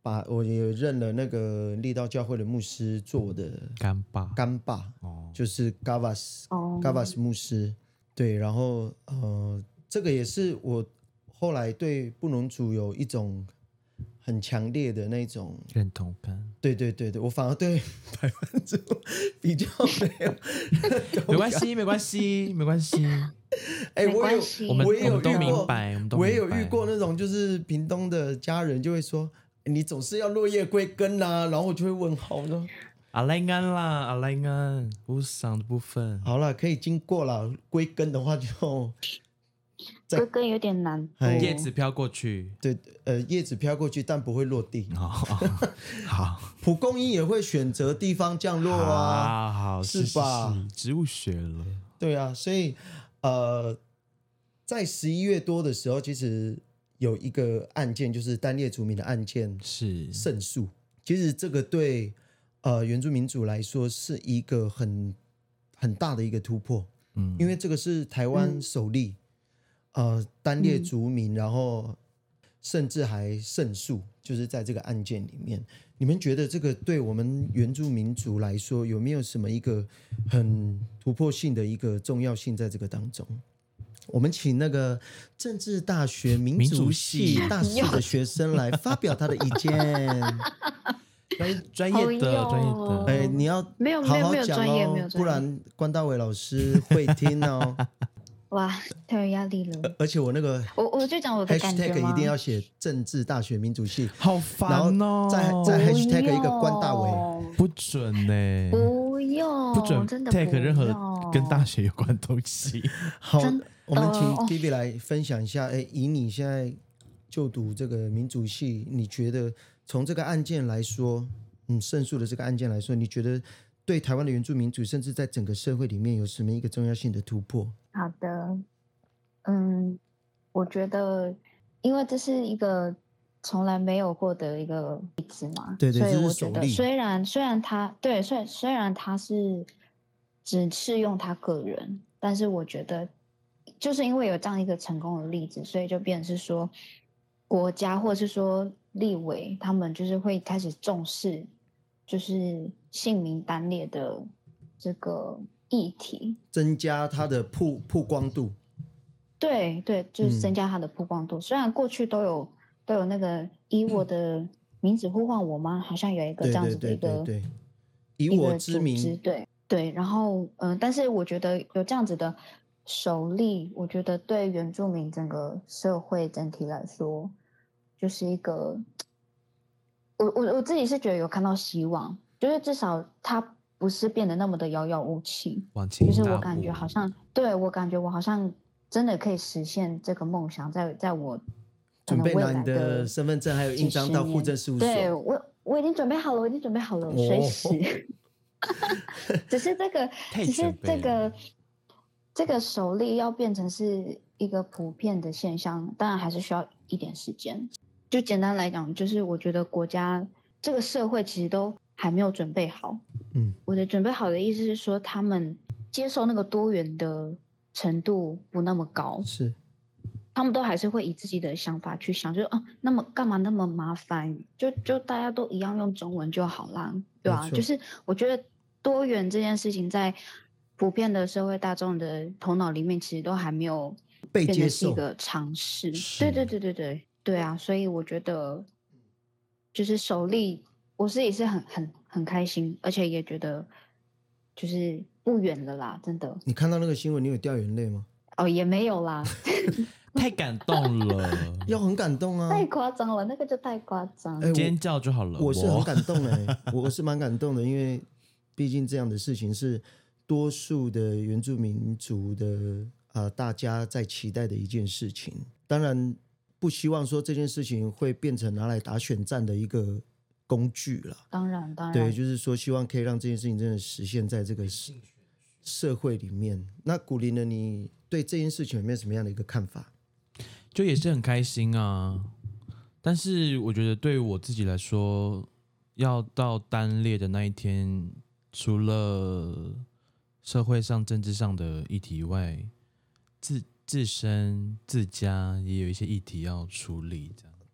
把我也认了那个力道教会的牧师做我的干爸干爸， 哦， 就是 Gavas、 哦 Gavas 牧师。对，然后呃，这个也是我后来对布农族有一种很强烈的那种认同感。 对对对对，我反而对台湾族比较没有没关系，没关系，没关系。 哎， 没我有关系我们我也有我们都遇过明白，我们都我也有明白遇过那种就是屏东的家人就会说，你总是要落叶归根啊，然后我就会问号，我说阿莱安啦，阿莱安，不赏的部分。 好了，可以经过了，归根的话就在哥哥有点难度哎叶子飘过去。 对呃叶子飘过去，但不会落地。 好好蒲公英也会选择地方降落啊， 好好是吧是是植物学了。 对啊，所以呃，在十一月多的时候，其实有一个案件，就是单列族民的案件是胜诉。其实这个对呃原住民族来说是一个很很大的一个突破， 嗯， 因为这个是台湾首例、呃单列族民，然后甚至还胜诉，就是在这个案件里面。你们觉得这个对我们原住民族来说，有没有什么一个很突破性的一个重要性在这个当中？我们请那个政治大学民族系大四的学生来发表他的意见。 专专业的好专业哟的， 哎，你要没有好没有没有好讲哦专业没有，专业不然关大伟老师会听哦。 哇，太有压力了。 而且我那个我我就讲我的感觉 hashtag 吗？ 一定要写政治大学民族系， 好然烦哦， 后再再 hashtag 一个关大伟。 不准呢， 不用， 不准真的 take 不任何用跟大学有关的东西。 好真的， 我们请哦 Vivi 来分享一下。哎，以你现在就读这个民族系，你觉得从这个案件来说，嗯，胜诉的这个案件来说，你觉得对台湾的原住民族，甚至在整个社会里面有什么一个重要性的突破？ 好的，嗯，我觉得，因为这是一个从来没有过的一个例子嘛， 对对这是所以我觉首例得虽然虽然他对虽虽然他是只适用他个人，但是我觉得就是因为有这样一个成功的例子，所以就变成是说国家或者是说立委他们就是会开始重视就是姓名单列的这个议题。 增加它的曝曝光度。 对对，就是嗯增加它的曝光度。虽然过去都有都有那个以我的名字呼唤我吗？好像有一个这样对对对子的一个对对，以一我个组织， 之名， 对对。然后嗯、呃但是我觉得有这样子的首例，我觉得对原住民整个社会整体来说，就是一个，我我我自己是觉得有看到希望，就是至少它不是变得那么的遥遥无期。 往前就是大步我感觉好像，对我感觉我好像真的可以实现这个梦想在，在我可准备拿你能未来的身份证还有印章到户政事务所。 对我，我已经准备好了，我已经准备好了， 哦随时。只是这个， 太只是准备了这个，这个首例要变成是一个普遍的现象，当然还是需要一点时间。就简单来讲，就是我觉得国家这个社会其实都还没有准备好。 嗯， 我的准备好的意思是说，他们接受那个多元的程度不那么高， 是他们都还是会以自己的想法去想，就是啊，那么干嘛那么麻烦？就就大家都一样用中文就好啦，对吧、 没错就是我觉得多元这件事情在普遍的社会大众的头脑里面，其实都还没有被接变成是一受。 个尝试。 是对对对对对对啊！所以我觉得就是首例，我自己是很很很开心，而且也觉得就是不远了啦，真的你看到那个新闻，你有掉眼泪吗？ 哦，也没有啦， 太感动了， 要很感动啊！ 太夸张了，那个就太夸张。 哎， 尖我叫就好了。 我是很感动哎，我是蛮感动的，因为毕竟这样的事情是多数的原住民族的呃大家在期待的一件事情。当然不希望说这件事情会变成拿来打选战的一个工具了。 当然，当然， 对，就是说希望可以让这件事情真的实现在这个社社会里面。那古林呢，你对这件事情有没有什么样的一个看法？ 就也是很开心啊。但是我觉得对我自己来说，要到单列的那一天，除了社会上、政治上的议题以外，自自身自家也有一些议题要处理。这样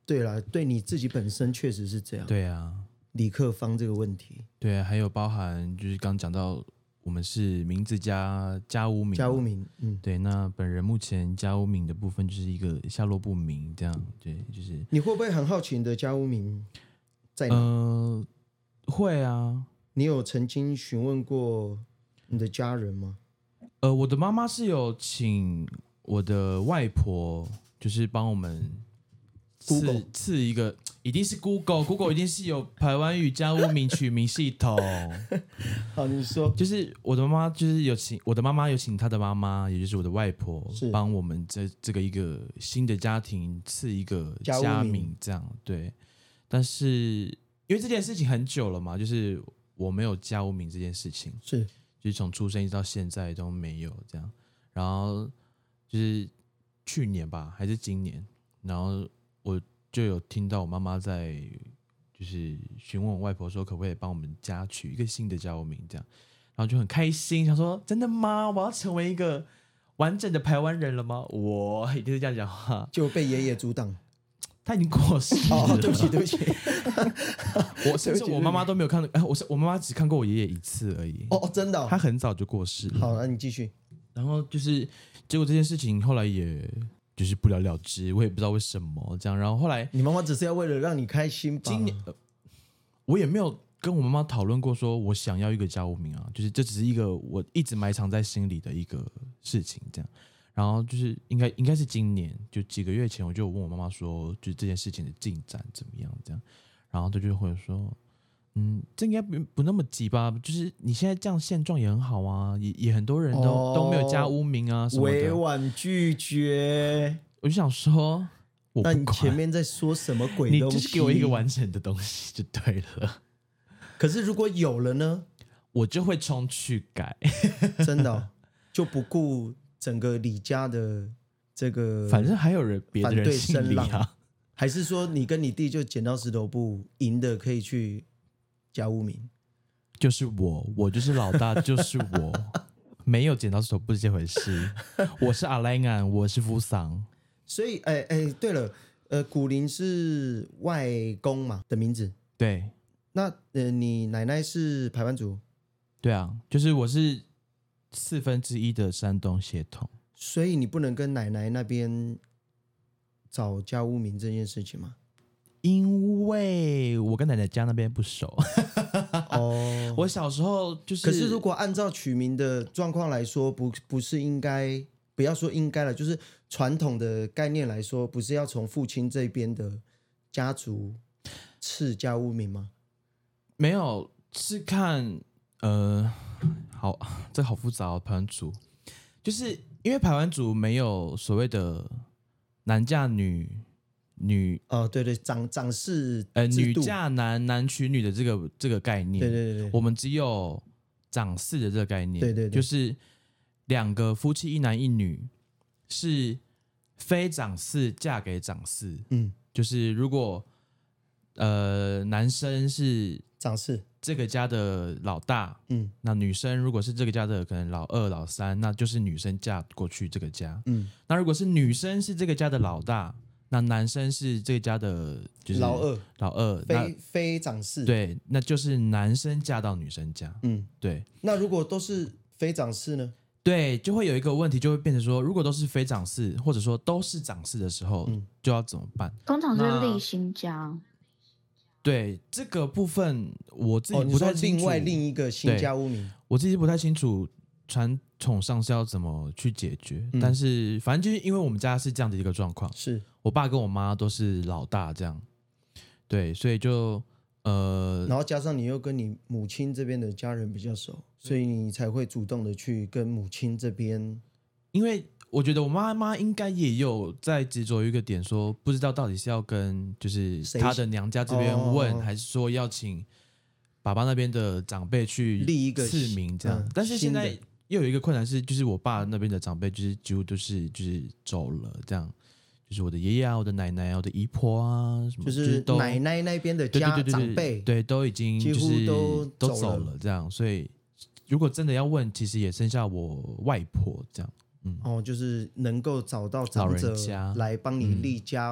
对啦，对你自己本身确实是这样。 对啊， 李克芳这个问题， 对啊，还有包含就是刚讲到我们是名字加家屋名， 家屋名，嗯， 对，那本人目前家屋名的部分就是一个下落不明，这样，对，就是你会不会很好奇你的家屋名在哪？ 呃，会啊， 你有曾经询问过你的家人吗？ 呃，我的妈妈是有请我的外婆，就是帮我们赐 Google 赐一个，一定是 Google，Google 一定是有台湾语家屋名取名系统。 好，你说， 就是我的妈妈，就是有请我的妈妈有请她的妈妈，也就是我的外婆， 是帮我们这这个一个新的家庭赐一个家屋家名名，这样对。但是因为这件事情很久了嘛，就是我没有家屋名这件事情， 是就是从出生一直到现在都没有这样。然后就是去年吧，还是今年，然后我就有听到我妈妈在就是询问我外婆说，可不可以帮我们家取一个新的家屋名这样。然后就很开心，想说真的吗？我要成为一个完整的台湾人了吗？我一定是这样讲话， 就被爷爷阻挡。 他已经过世了。 哦，对不起，对不起。 我甚至我妈妈都没有看到，哎，我是我妈妈只看过我爷爷一次而已。 哦，真的、哦。 她很早就过世了。 好，那你继续。 然后就是结果这件事情后来也就是不了了之，我也不知道为什么这样。然后后来你妈妈只是要为了让你开心吧？ 今年、呃、我也没有跟我妈妈讨论过，说我想要一个家屋名啊，就是这只是一个我一直埋藏在心里的一个事情这样。然后就是应该应该是今年，就几个月前，我就问我妈妈说，就是这件事情的进展怎么样这样。然后她就会说，嗯，这应该不不那么急吧？就是你现在这样现状也很好啊，也也很多人都、哦、都没有家屋名啊什么的。 委婉拒绝。 我就想说，我不管， 那你前面在说什么鬼东西？ 你就是给我一个完整的东西就对了。 可是如果有了呢？ 我就会冲去改。 真的、哦、就不顾整个李家的这个， 反正还有人别的人姓李啊。 还是说你跟你弟就剪刀石头布，赢的可以去家屋名？ 就是我，我就是老大，就是我，没有剪刀石头布这回事。我是阿莱安，我是夫桑。 所以，哎哎，对了，呃，古林是外公嘛的名字。 对。 那呃，你奶奶是排湾族？ 对啊，就是我是四分之一的山东血统。 所以你不能跟奶奶那边找家屋名这件事情吗？ 因为我跟奶奶家那边不熟。 哦， 我小时候就是， 可是如果按照取名的状况来说，不不是应该，不要说应该了，就是传统的概念来说，不是要从父亲这边的家族赐家屋名吗？ 没有，是看呃，好，这好复杂哦，排湾族，就是因为排湾族没有所谓的男嫁女女哦，对对，长长氏呃女嫁男男娶女的这个这个概念， 对对对对， 我们只有长嗣的这个概念， 对对对， 就是两个夫妻一男一女是非长嗣嫁给长嗣， 嗯， 就是如果呃男生是长嗣这个家的老大，嗯，那女生如果是这个家的可能老二老三，那就是女生嫁过去这个家，嗯，那如果是女生是这个家的老大，那男生是这个家的就是老二老二非非长嗣， 对，那就是男生嫁到女生家，嗯，对。 那如果都是非长嗣呢？ 对，就会有一个问题，就会变成说，如果都是非长嗣，或者说都是长嗣的时候，嗯，就要怎么办？ 通常是立新家。 对这个部分，我自己不太清楚。 哦、另外另一个新家屋名， 我自己不太清楚传统上是要怎么去解决。嗯、但是反正就是因为我们家是这样的一个状况， 是我爸跟我妈都是老大这样，对，所以就呃， 然后加上你又跟你母亲这边的家人比较熟，所以你才会主动的去跟母亲这边， 因为。我觉得我妈妈应该也有在执着一个点，说不知道到底是要跟就是她的娘家这边问，还是说要请爸爸那边的长辈去立一个赐名这样。嗯、但是现在又有一个困难是，就是我爸那边的长辈就是几乎都是就是走了这样，就是我的爷爷啊、我的奶奶啊、我的姨婆啊什么， 就是奶奶那边的家对对对对长辈， 对，都已经就是几乎都都走了这样。所以如果真的要问，其实也剩下我外婆这样。 嗯、哦，就是能够找到长者来帮你立家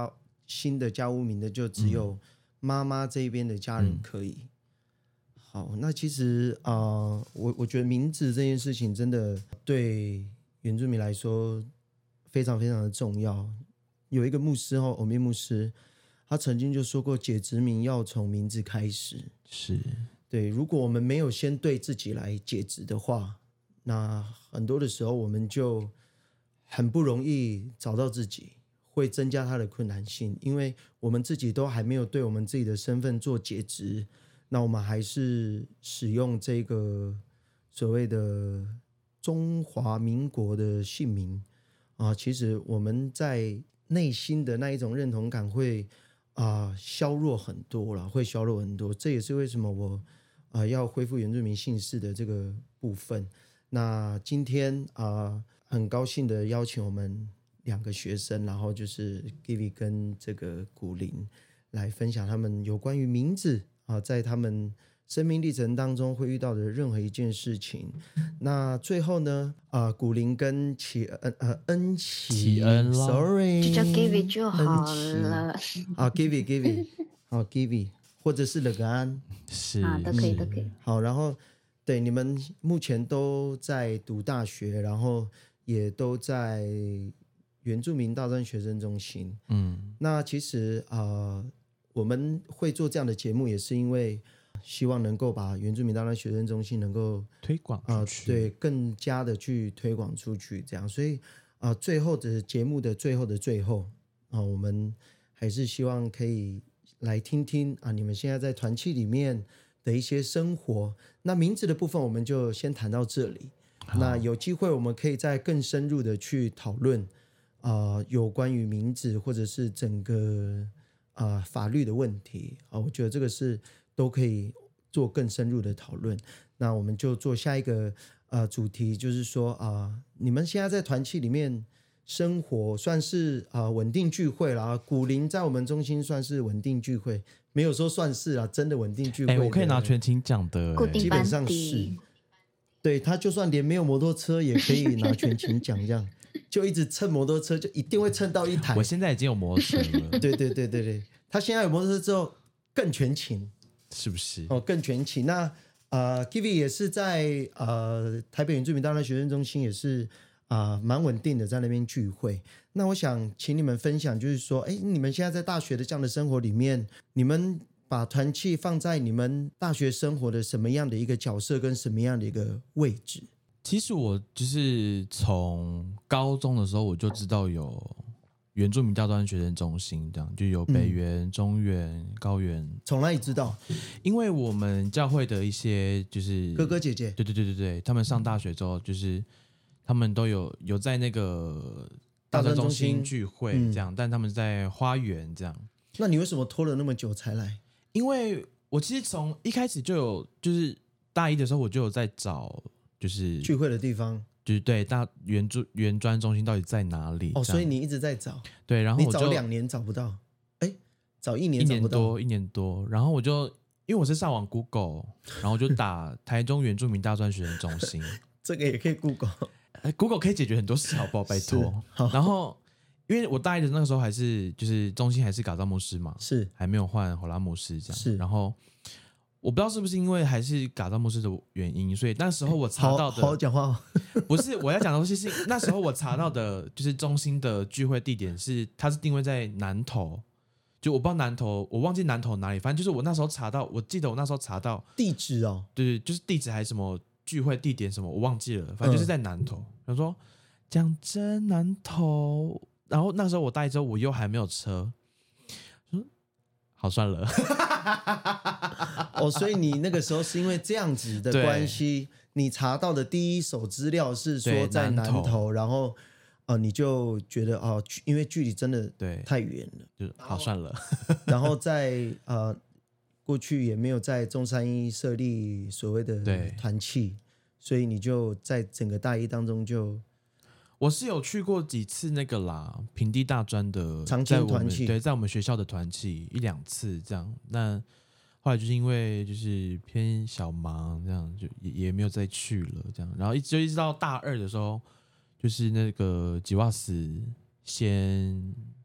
新的家屋名的就只有妈妈这边的家人可以。嗯、好，那其实啊、呃，我我觉得名字这件事情真的对原住民来说非常非常的重要。有一个牧师哦，欧米牧师，他曾经就说过，解殖民要从名字开始。 是。 对，如果我们没有先对自己来解殖的话，那很多的时候我们就很不容易找到自己，会增加它的困难性，因为我们自己都还没有对我们自己的身份做解殖，那我们还是使用这个所谓的中华民国的姓名啊，其实我们在内心的那一种认同感会啊削弱很多了，会削弱很多。这也是为什么我啊要恢复原住民姓氏的这个部分。那今天啊很高兴的邀请我们两个学生，然后就是 Givi 跟这个古林来分享他们有关于名字啊，在他们生命历程当中会遇到的任何一件事情。那最后呢，啊，古林跟启恩呃恩启恩 ，sorry， 就叫 Givi 就好了。 啊 ，Givi Givi， 好 Givi， 或者是乐安， 是啊，都可以都可以。 好，然后对你们目前都在读大学，然后也都在原住民大专学生中心。嗯，那其实啊、呃，我们会做这样的节目，也是因为希望能够把原住民大专学生中心能够推广出去、 呃，对，更加的去推广出去，这样。所以啊、呃，最后的节目的最后的最后啊、呃，我们还是希望可以来听听啊，你们现在在团契里面的一些生活。那名字的部分我们就先谈到这里。那有机会我们可以再更深入的去讨论啊、呃，有关于名字或者是整个啊、呃、法律的问题啊、呃，我觉得这个是都可以做更深入的讨论。那我们就做下一个呃主题，就是说啊、呃，你们现在在团契里面生活算是啊、呃、稳定聚会啦。古林在我们中心算是稳定聚会，没有说算是啦，真的稳定聚会。 哎，我可以拿全勤奖的， 基本上是。对，他就算连没有摩托车也可以拿全勤奖，这样就一直蹭摩托车，就一定会蹭到一台。 我现在已经有摩托车了。 对对对对对，他现在有摩托车之后更全勤， 是不是？ 哦，更全勤。那呃 ，Givi 也是在呃台北原住民大专学生中心也是啊、呃、蛮稳定的，在那边聚会。那我想请你们分享，就是说，哎，你们现在在大学的这样的生活里面，你们把团契放在你们大学生活的什么样的一个角色跟什么样的一个位置？ 其实我就是从高中的时候我就知道有原住民大专学生中心，这样就有北原、嗯、中原、高原。 从哪里知道？ 因为我们教会的一些就是哥哥姐姐， 对对对对对，他们上大学之后，就是他们都有有在那个大专中心聚会这样，嗯、但他们在花园这样。 那你为什么拖了那么久才来？ 因为我其实从一开始就有，就是大一的时候我就有在找，就是聚会的地方， 就是对大原专原专中心到底在哪里？ 哦，所以你一直在找， 对，然后我就你找两年找不到，哎，找一年一找不到， 年多一年多，然后我就因为我是上网 Google， 然后我就打台中原住民大专学生中心， 这个也可以 Google，Google 可以解决很多事，好不好？拜托，然后。因为我大一的那个时候还是就是中心还是嘎造牧师嘛， 是还没有换火拉牧师这样， 是。 然后我不知道是不是因为还是嘎造牧师的原因，所以那时候我查到的， 好好讲话、哦， 不是我要讲的东西是那时候我查到的，就是中心的聚会地点是它是定位在南投，就我不知道南投，我忘记南投哪里，反正就是我那时候查到，我记得我那时候查到地址哦， 对对，就是地址还是什么聚会地点什么我忘记了，反正就是在南投。他、嗯、说讲真南投。然后那时候我大一之后我又还没有车，说好算了。 哦，所以你那个时候是因为这样子的关系，你查到的第一手资料是说在南投，南投然后呃你就觉得哦，因为距离真的太远了， 就好算了。 然后在呃过去也没有在中山一设立所谓的团契，所以你就在整个大一当中就。 我是有去过几次那个啦，平地大专的长青团契， 对，在我们学校的团契一两次这样。那后来就是因为就是偏小忙这样，就 也, 也没有再去了这样。然后一直就一直到大二的时候，就是那个吉瓦斯先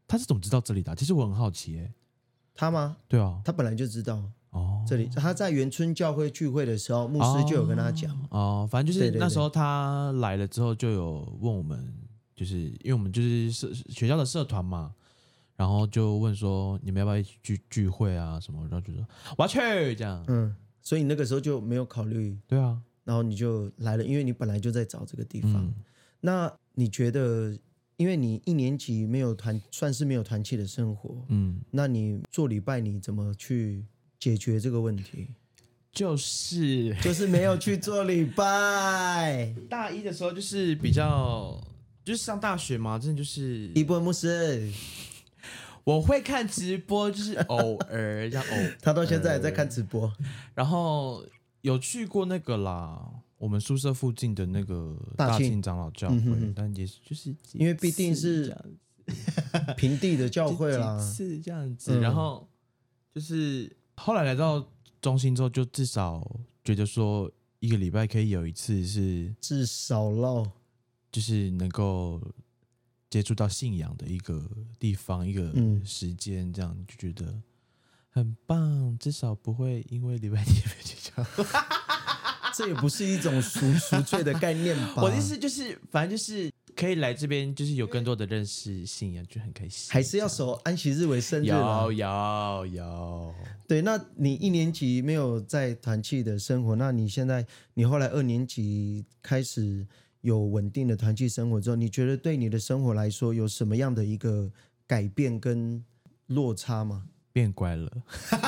他是怎么知道这里的、啊？其实我很好奇、欸， 他吗？ 对啊， 他本来就知道哦， 这里。他在元春教会聚会的时候，牧师就有跟他讲。 哦，哦反正就是对对对那时候他来了之后，就有问我们，就是因为我们就是社学校的社团嘛，然后就问说你们要不要一起聚聚会啊什么，然后就说我要去这样。 嗯，所以你那个时候就没有考虑， 对啊， 然后你就来了，因为你本来就在找这个地方。 嗯那你觉得，因为你一年级没有团，算是没有团契的生活， 嗯， 那你做礼拜你怎么去解决这个问题？ 就是就是没有去做礼拜。 大一的时候就是比较，就是上大学嘛，真的就是伊波牧师， 我会看直播，就是偶尔这样偶尔， 他到现在还在看直播。 然后有去过那个啦，我们宿舍附近的那个大大庆庆长老教会， 嗯哼哼但也是就是因为毕竟是平地的教会啦， 是这样子。 嗯然后就是后来来到中心之后，就至少觉得说一个礼拜可以有一次是至少咯， 就是能够接触到信仰的一个地方，一个嗯时间，这样就觉得很棒，至少不会因为礼拜天没去教会。 这也不是一种赎赎罪的概念吧？ 我的意思就是，反正就是可以来这边，就是有更多的认识信仰，就很开心。 还是要守安息日为生日啦有有有， 对，那你一年级没有在团契的生活，那你现在你后来二年级开始有稳定的团契生活之后，你觉得对你的生活来说有什么样的一个改变跟落差吗？ 变乖了，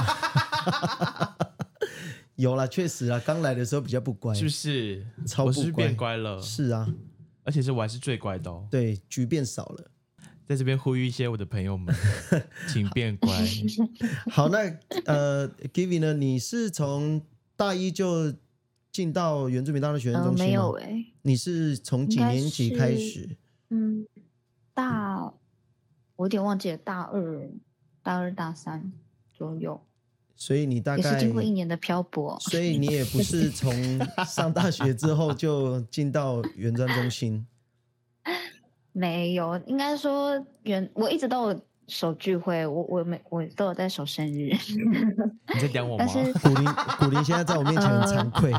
有啦，确实啊，刚来的时候比较不乖， 是不是？ 超不乖我是变乖了， 是啊， 而且是我还是最乖的哦。 对，局变少了。 在这边呼吁一些我的朋友们，请变乖。 好，那呃 ，Givi 呢？你是从大一就进到原住民大陆学生呃， 中心吗？ 没有哎、欸， 你是从几年级开始？ 嗯，大我有点忘记了，大二、大二、大三左右， 所以你大概也是经过一年的漂泊。 所以你也不是从上大学之后就进到原专中心。 没有，应该说原我一直都有守聚会，我我没我都有在守生日。 你在讲我吗？ 但是古林古林现在在我面前很惭愧。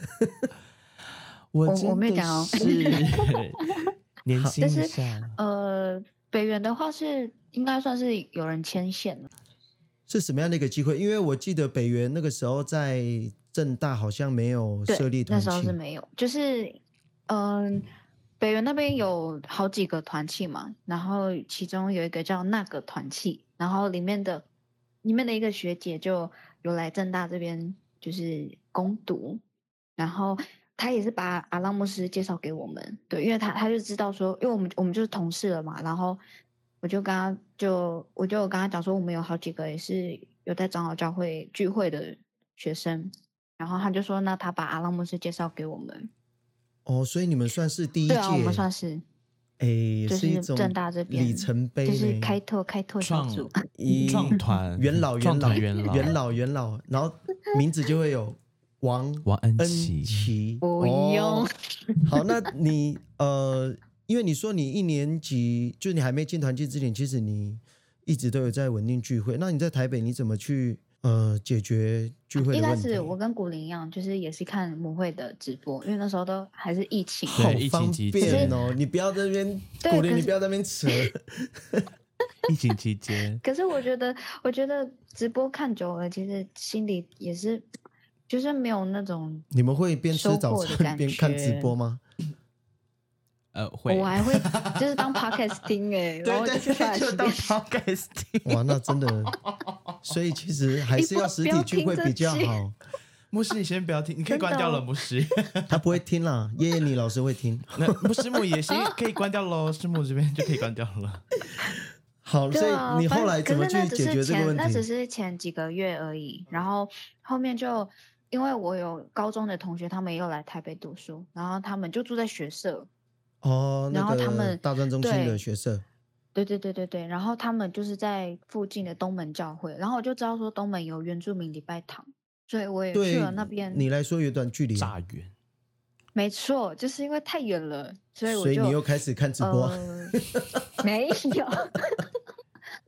我我我没有讲哦是年轻一下， 呃，北原的话是应该算是有人牵线了。 是什么样的一个机会？因为我记得北原那个时候在政大好像没有设立团契， 那时候是没有，就是嗯、呃，北原那边有好几个团契嘛，然后其中有一个叫那个团契，然后里面的里面的一个学姐就有来政大这边就是攻读，然后她也是把阿拉牧师介绍给我们，对，因为她她就知道说，因为我们我们就是同事了嘛，然后我就跟他就我就跟他讲说，我们有好几个也是有在长老教会聚会的学生，然后他就说，那他把阿拉牧师介绍给我们。 哦，所以你们算是第一届， 对啊，我们算是， 哎，也就是一种政大这边里程碑呢， 就是开拓开拓小创组， 一创团元老元创老团元老元老元老，然后名字就会有王王恩恩琪， 琪， 不用哦。好，那你呃，因为你说你一年级就你还没进团契之前，其实你一直都有在稳定聚会。那你在台北你怎么去呃解决聚会一开的问题？ 始我跟古林一样，就是也是看母会的直播，因为那时候都还是疫情。 好对疫情方期便哦！你不要在那边鼓励， 对可是你不要在那边扯。 疫情期间， 可是我觉得，我觉得直播看久了，其实心里也是，就是没有那种你们会边吃收早获的感餐边看直觉播吗？ 呃，会， 我还会就是当 podcast 听哎、然后对对就去对，就当发 podcast 听。 哇，那真的，所以其实还是要实体聚会比较好。 牧师，你先不要听，你可以关掉了，牧师。 他不会听啦，叶叶你老师会听。 那牧师母也行，可以关掉喽，师母这边就可以关掉了。 好，所对啊， 以你后来反怎么去可是那只是解决这个问前那只题？ 是前几个月而已，然后后面就因为我有高中的同学，他们也有来台北读书，然后他们就住在学社， 哦，那然后他个们大专中心的对学社。 对对对对对，然后他们就是在附近的东门教会，然后我就知道说东门有原住民礼拜堂，所以我也去对了那边。 你来说有段距离啊， 炸远， 没错，就是因为太远了，所以我就所以你又开始看直播。 呃、没有，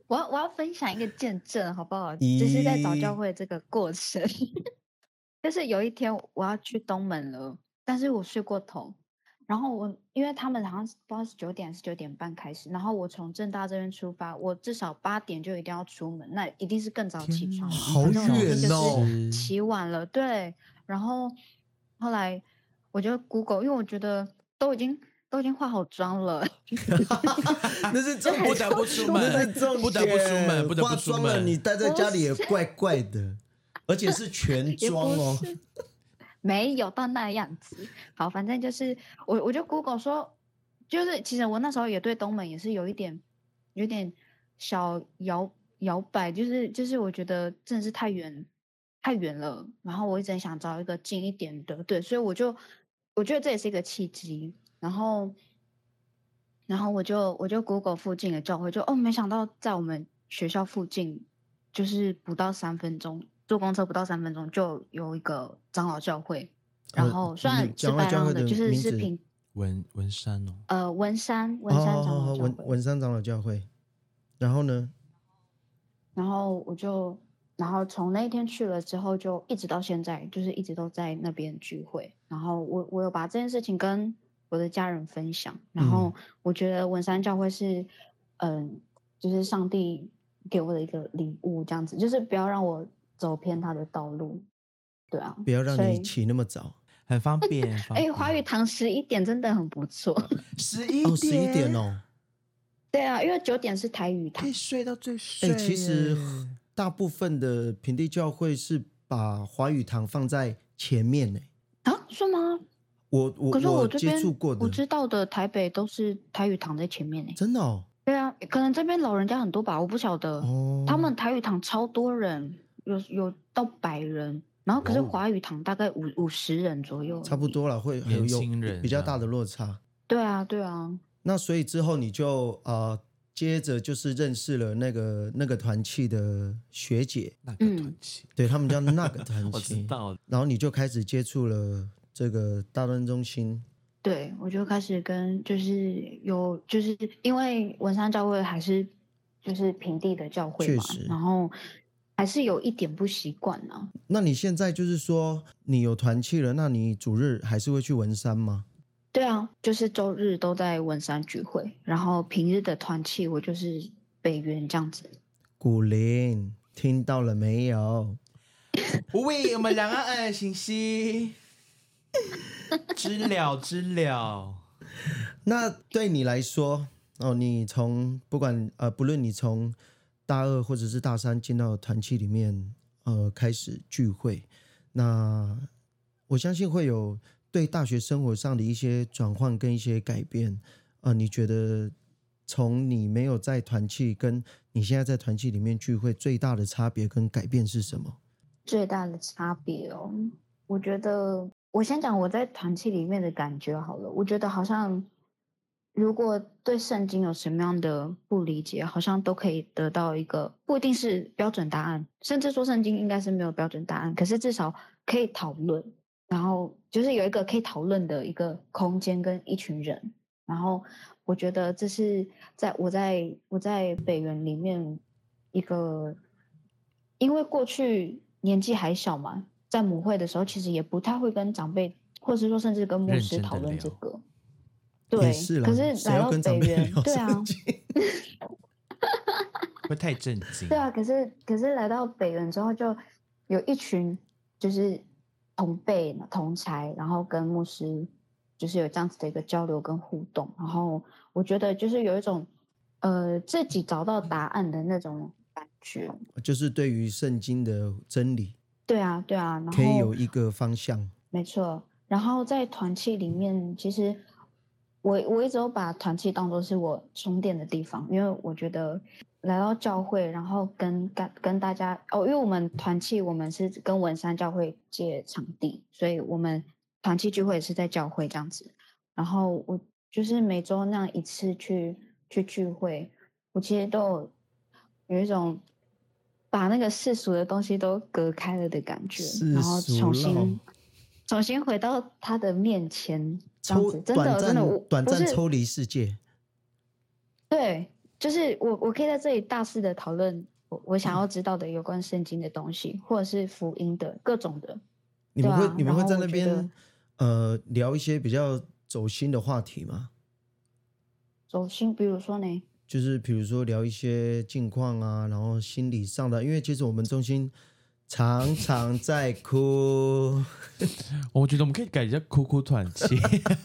我要我要分享一个见证，好不好？就是在找教会这个过程，就是有一天我要去东门了，但是我睡过头，然后我因为他们好像是不知道是九点还是九点半开始，然后我从正大这边出发，我至少八点就一定要出门，那一定是更早起床， 好远哦， 起晚了，对。然后后来我就 Google， 因为我觉得都已经都已经化好妆了， 那是重不得不出门， 那是重点不得不出门，不得不化妆了， 出门。 你待在家里也怪怪的，而且是全妆哦。 没有到那样子。好，反正就是我我就 Google 说，就是其实我那时候也对东门也是有一点有点小摇摇摆，就是就是我觉得真的是太远太远了，然后我一直很想找一个近一点的，对，所以我就我觉得这也是一个契机，然后然后我就我就 Google 附近的教会，就哦没想到在我们学校附近，就是不到三分钟。坐公车不到三分钟就有一个长老教会，然后虽然是白浪的，就是是平文文山哦， 呃文山文山长老教会， 文文山长老教会。然后呢？ 然后我就，然后从那一天去了之后，就一直到现在，就是一直都在那边聚会。然后我我有把这件事情跟我的家人分享，然后我觉得文山教会是，嗯、呃，就是上帝给我的一个礼物，这样子，就是不要让我走偏他的道路，对啊， 不要让你起那么早， 很方便。 哎，华语堂十一点真的很不错， 十一点， 十一点哦， 对啊，因为九点是台语堂， 可以睡到最睡。 哎，其实大部分的平地教会是把华语堂放在前面呢。 啊，是吗？ 我我可是我这边接触过的， 我知道的台北都是台语堂在前面呢。 真的哦？ 对啊，可能这边老人家很多吧，我不晓得。 哦， 他们台语堂超多人，有有到百人，然后可是华语堂大概五五十人左右， 差不多了，会有年轻人比较大的落差。 对啊，对啊。 那所以之后你就呃，接着就是认识了那个那个团契的学姐， 那个团契， 嗯、对他们叫那个团契， 我知道。 然后你就开始接触了这个大专中心。 对，我就开始跟就是有就是因为文山教会还是就是平地的教会嘛，然后还是有一点不习惯啊。 那你现在就是说你有团契了，那你主日还是会去文山吗？ 对啊，就是周日都在文山聚会，然后平日的团契我就是北园这样子。 古灵，听到了没有？ 喂，我们两岸爱信息。知了知了。 那对你来说，哦，你从不管呃，不论你从大二或者是大三进到团契里面，呃，开始聚会，那我相信会有对大学生活上的一些转换跟一些改变。呃，你觉得从你没有在团契跟你现在在团契里面聚会最大的差别跟改变是什么？ 最大的差别哦，我觉得。我先讲我在团契里面的感觉好了，我觉得好像如果对圣经有什么样的不理解，好像都可以得到一个不一定是标准答案，甚至说圣经应该是没有标准答案，可是至少可以讨论，然后就是有一个可以讨论的一个空间跟一群人，然后我觉得这是在我在我在北园里面一个，因为过去年纪还小嘛。在母会的时候，其实也不太会跟长辈，或者说甚至跟牧师讨论这个。对， 是可是来到北园，对啊， 会太震惊。 对啊，可是可是来到北园之后，就有一群就是同辈同才，然后跟牧师就是有这样子的一个交流跟互动，然后我觉得就是有一种呃自己找到答案的那种感觉， 就是对于圣经的真理。 对啊，对啊，然后可以有一个方向， 没错。然后在团契里面，其实我我一直都把团契当作是我充电的地方，因为我觉得来到教会，然后跟跟跟大家哦，因为我们团契我们是跟文山教会借场地，所以我们团契聚会也是在教会这样子。然后我就是每周那样一次去去聚会，我其实都有有一种。把那个世俗的东西都隔开了的感觉，然后重新重新回到他的面前，这样子真的真的短暂抽离世界。 对， 就是我我可以在这里大肆的讨论我我想要知道的有关圣经的东西，或者是福音的各种的。 你们会、 啊、 你们会在那然后我觉得边呃聊一些比较走心的话题吗？ 走心，比如说呢？ 就是比如说聊一些近况啊，然后心理上的，因为其实我们中心常常在哭。 我觉得我们可以改叫哭哭团契，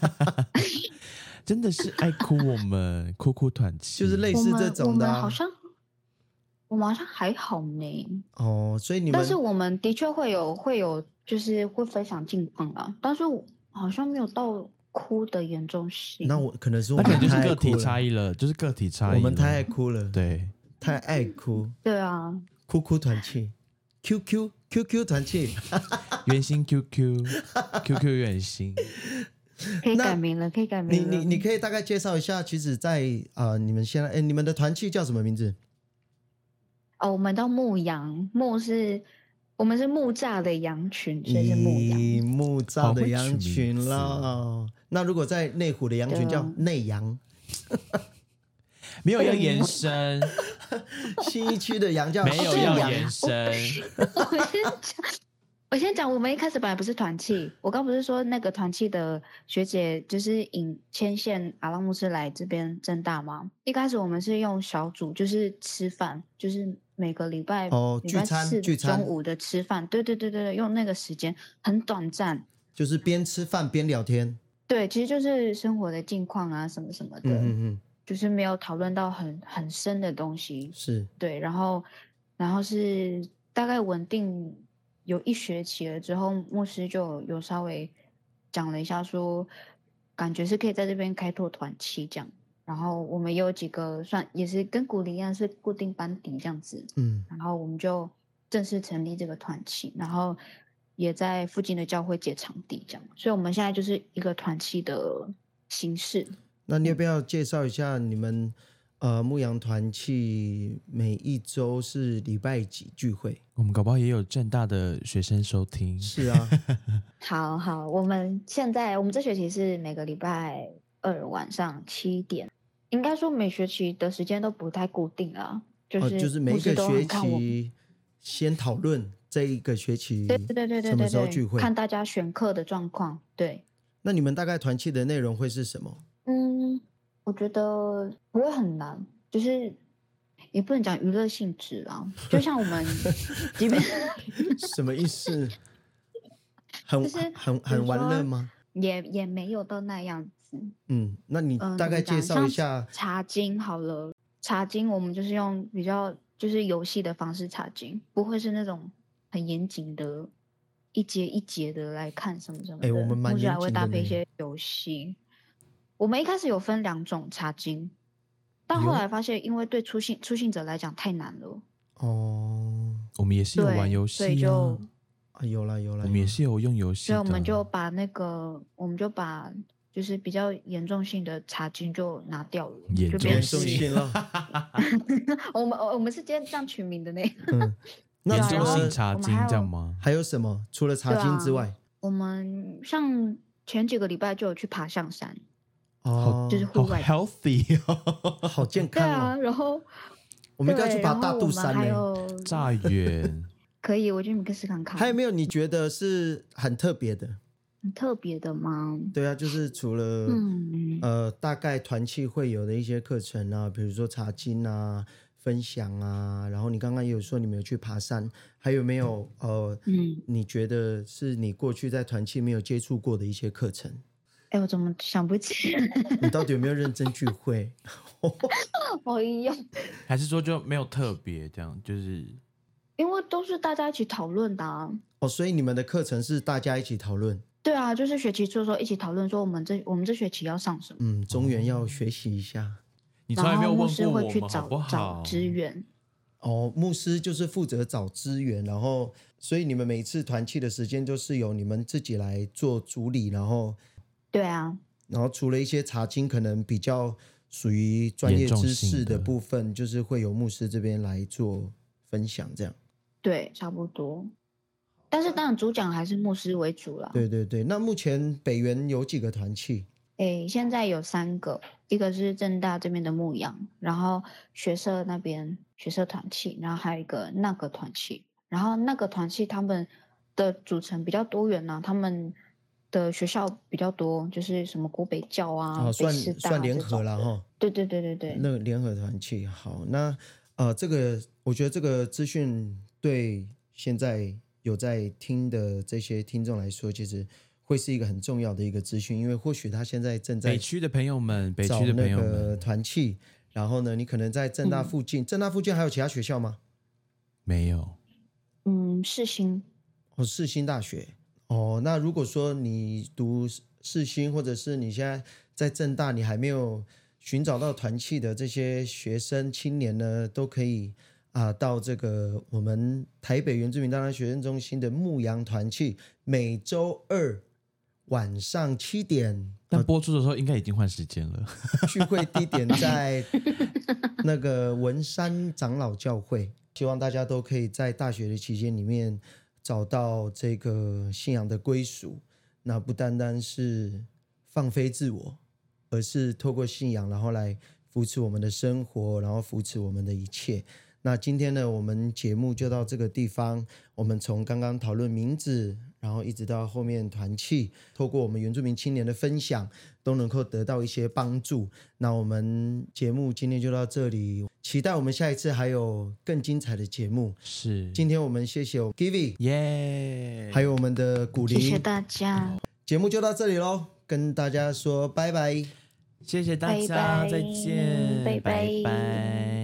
真的是爱哭我们哭哭团契， 就是类似这种的、啊。 我们我们好像我们好像还好呢。 哦，所以你们但是我们的确会有会有就是会分享近况啦，但是我好像没有到哭的严重性。 那我可能是我那可们能就是个体太爱哭了差异了，就是个体差异了。 我们太爱哭了， 对， 太爱哭， 对啊， 哭哭团契 ，Q Q Q Q 团契， 圆心 Q Q Q Q 圆心。 可以改名了，可以改名了。 你你你可以大概介绍一下，其实在，在呃你们现在哎你们的团契叫什么名字？ 哦，我们到牧羊，牧是我们是木栅的羊群，所以是牧羊。 木栅的羊群了。那如果在内湖的羊群叫内羊， 没有要延伸。 西区的羊叫没有要羊延伸。 我先讲，我先讲，我们一开始本来不是团契，我刚不是说那个团契的学姐就是引牵线阿拉牧师来这边政大吗？一开始我们是用小组，就是吃饭，就是每个礼拜哦礼拜四聚餐中午的吃饭，对对对对对，用那个时间很短暂， 就是边吃饭边聊天。 对，其实就是生活的近况啊什么什么的， 嗯嗯嗯， 就是没有讨论到很很深的东西， 是对，然后然后是大概稳定有一学期了之后，牧师就有稍微讲了一下说，感觉是可以在这边开拓团契这样。然后我们有几个算也是跟古林一样是固定班底这样子， 嗯， 然后我们就正式成立这个团契，然后也在附近的教会借场地这样，所以我们现在就是一个团契的形式。 那你要不要介绍一下你们呃牧羊团契每一周是礼拜几聚会？ 我们搞不好也有政大的学生收听。 是啊， 好好，我们现在我们这学期是每个礼拜二晚上七点，应该说每学期的时间都不太固定啊，就哦， 是就是每一牧师个学都很看我们期先讨论这一个学期对对对对对什么对对， 时候聚会？ 看大家选课的状况。对， 那你们大概团契的内容会是什么？ 嗯，我觉得不会很难，就是也不能讲娱乐性质啊，就像我们即便什么意思？很、 就是很很玩乐吗？ 也也没有到那样子。 嗯，那你嗯， 大概介绍一下。 查经好了，查经我们就是用比较就是游戏的方式查经，不会是那种很严谨的，一节一节的来看什么什么的。 哎，我们蛮目前还会严谨的呢。 搭配一些游戏。我们一开始有分两种查经，但后来发现，因为对初信初信者来讲太难了。 哦， 我们也是有玩游戏、啊， 所以就啊有啦有啦， 我们也是有用游戏的， 所以我们就把那个，我们就把就是比较严重性的查经就拿掉了， 严重就变成严重性了。 我们我们是今天这样取名的呢。 嗯，那严对啊然后重性查经我们还有这样吗？ 还有什么？除了查经之外， 我们像前几个礼拜就有去爬象山， 哦， 好就是户外。 healthy 哦， 好健对康啊， 哦。 然后我们应该去对爬大然后我们肚山呢。 还有炸远。 可以，我觉得你可以试看看。 还有没有你觉得是很特别的？ 很特别的吗？ 对啊，就是除了、 嗯呃大概团契会有的一些课程啊，比如说查经啊、分享啊，然后你刚刚也有说你们有去爬山，还有没有呃嗯， 你觉得是你过去在团契没有接触过的一些课程？ 哎，我怎么想不起？ 你到底有没有认真聚会？ 哎呦， 还是说就没有特别这样，就是因为都是大家一起讨论的啊。 哦，所以你们的课程是大家一起讨论。 对啊，就是学期初的时候一起讨论说我们这我们这学期要上什么， 嗯，中原要学习一下。 你从来然后牧没有问师会去过我们好找找不好？ 资源。 哦，牧师就是负责找资源，然后所以你们每次团契的时间就是由你们自己来做主理，然后对啊， 然后除了一些查经可能比较属于专业知识的部分，就是会由牧师这边来做分享，这样。 对，差不多。但是当然主讲还是牧师为主啦。 对对对，那目前北园有几个团契？ 诶，现在有三个，一个是政大这边的牧羊，然后学社那边学社团契，然后还有一个那个团契，然后那个团契他们的组成比较多元啊，他们的学校比较多，就是什么国北教啊， 哦，算北师大算联这种的合了哈。 对对对对对， 那个联合团契好，那呃，这个我觉得这个资讯对现在有在听的这些听众来说，其实会是一个很重要的一个资讯，因为或许他现在正在北区的朋友们，北找区的朋那个友们团契，然后呢，你可能在政大附近，政大附近还有其他学校吗？ 没有， 嗯，世新， 哦，世新大学。哦，那如果说你读世新，或者是你现在在政大，你还没有寻找到团契的这些学生青年呢，都可以啊、到这个我们台北原住民大专学生中心的牧羊团契，每周二晚上七点， 但播出的时候应该已经换时间了。 聚会地点在那个文山长老教会，希望大家都可以在大学的期间里面找到这个信仰的归属。那不单单是放飞自我，而是透过信仰，然后来扶持我们的生活，然后扶持我们的一切。那今天呢，我们节目就到这个地方。我们从刚刚讨论名字，然后一直到后面团契，透过我们原住民青年的分享，都能够得到一些帮助。那我们节目今天就到这里，期待我们下一次还有更精彩的节目。 是， 今天我们谢谢我 Givi， 耶， 还有我们的古灵， 谢谢大家， 节目就到这里咯，跟大家说拜拜。 谢谢大拜家， 拜再见， 拜拜拜拜。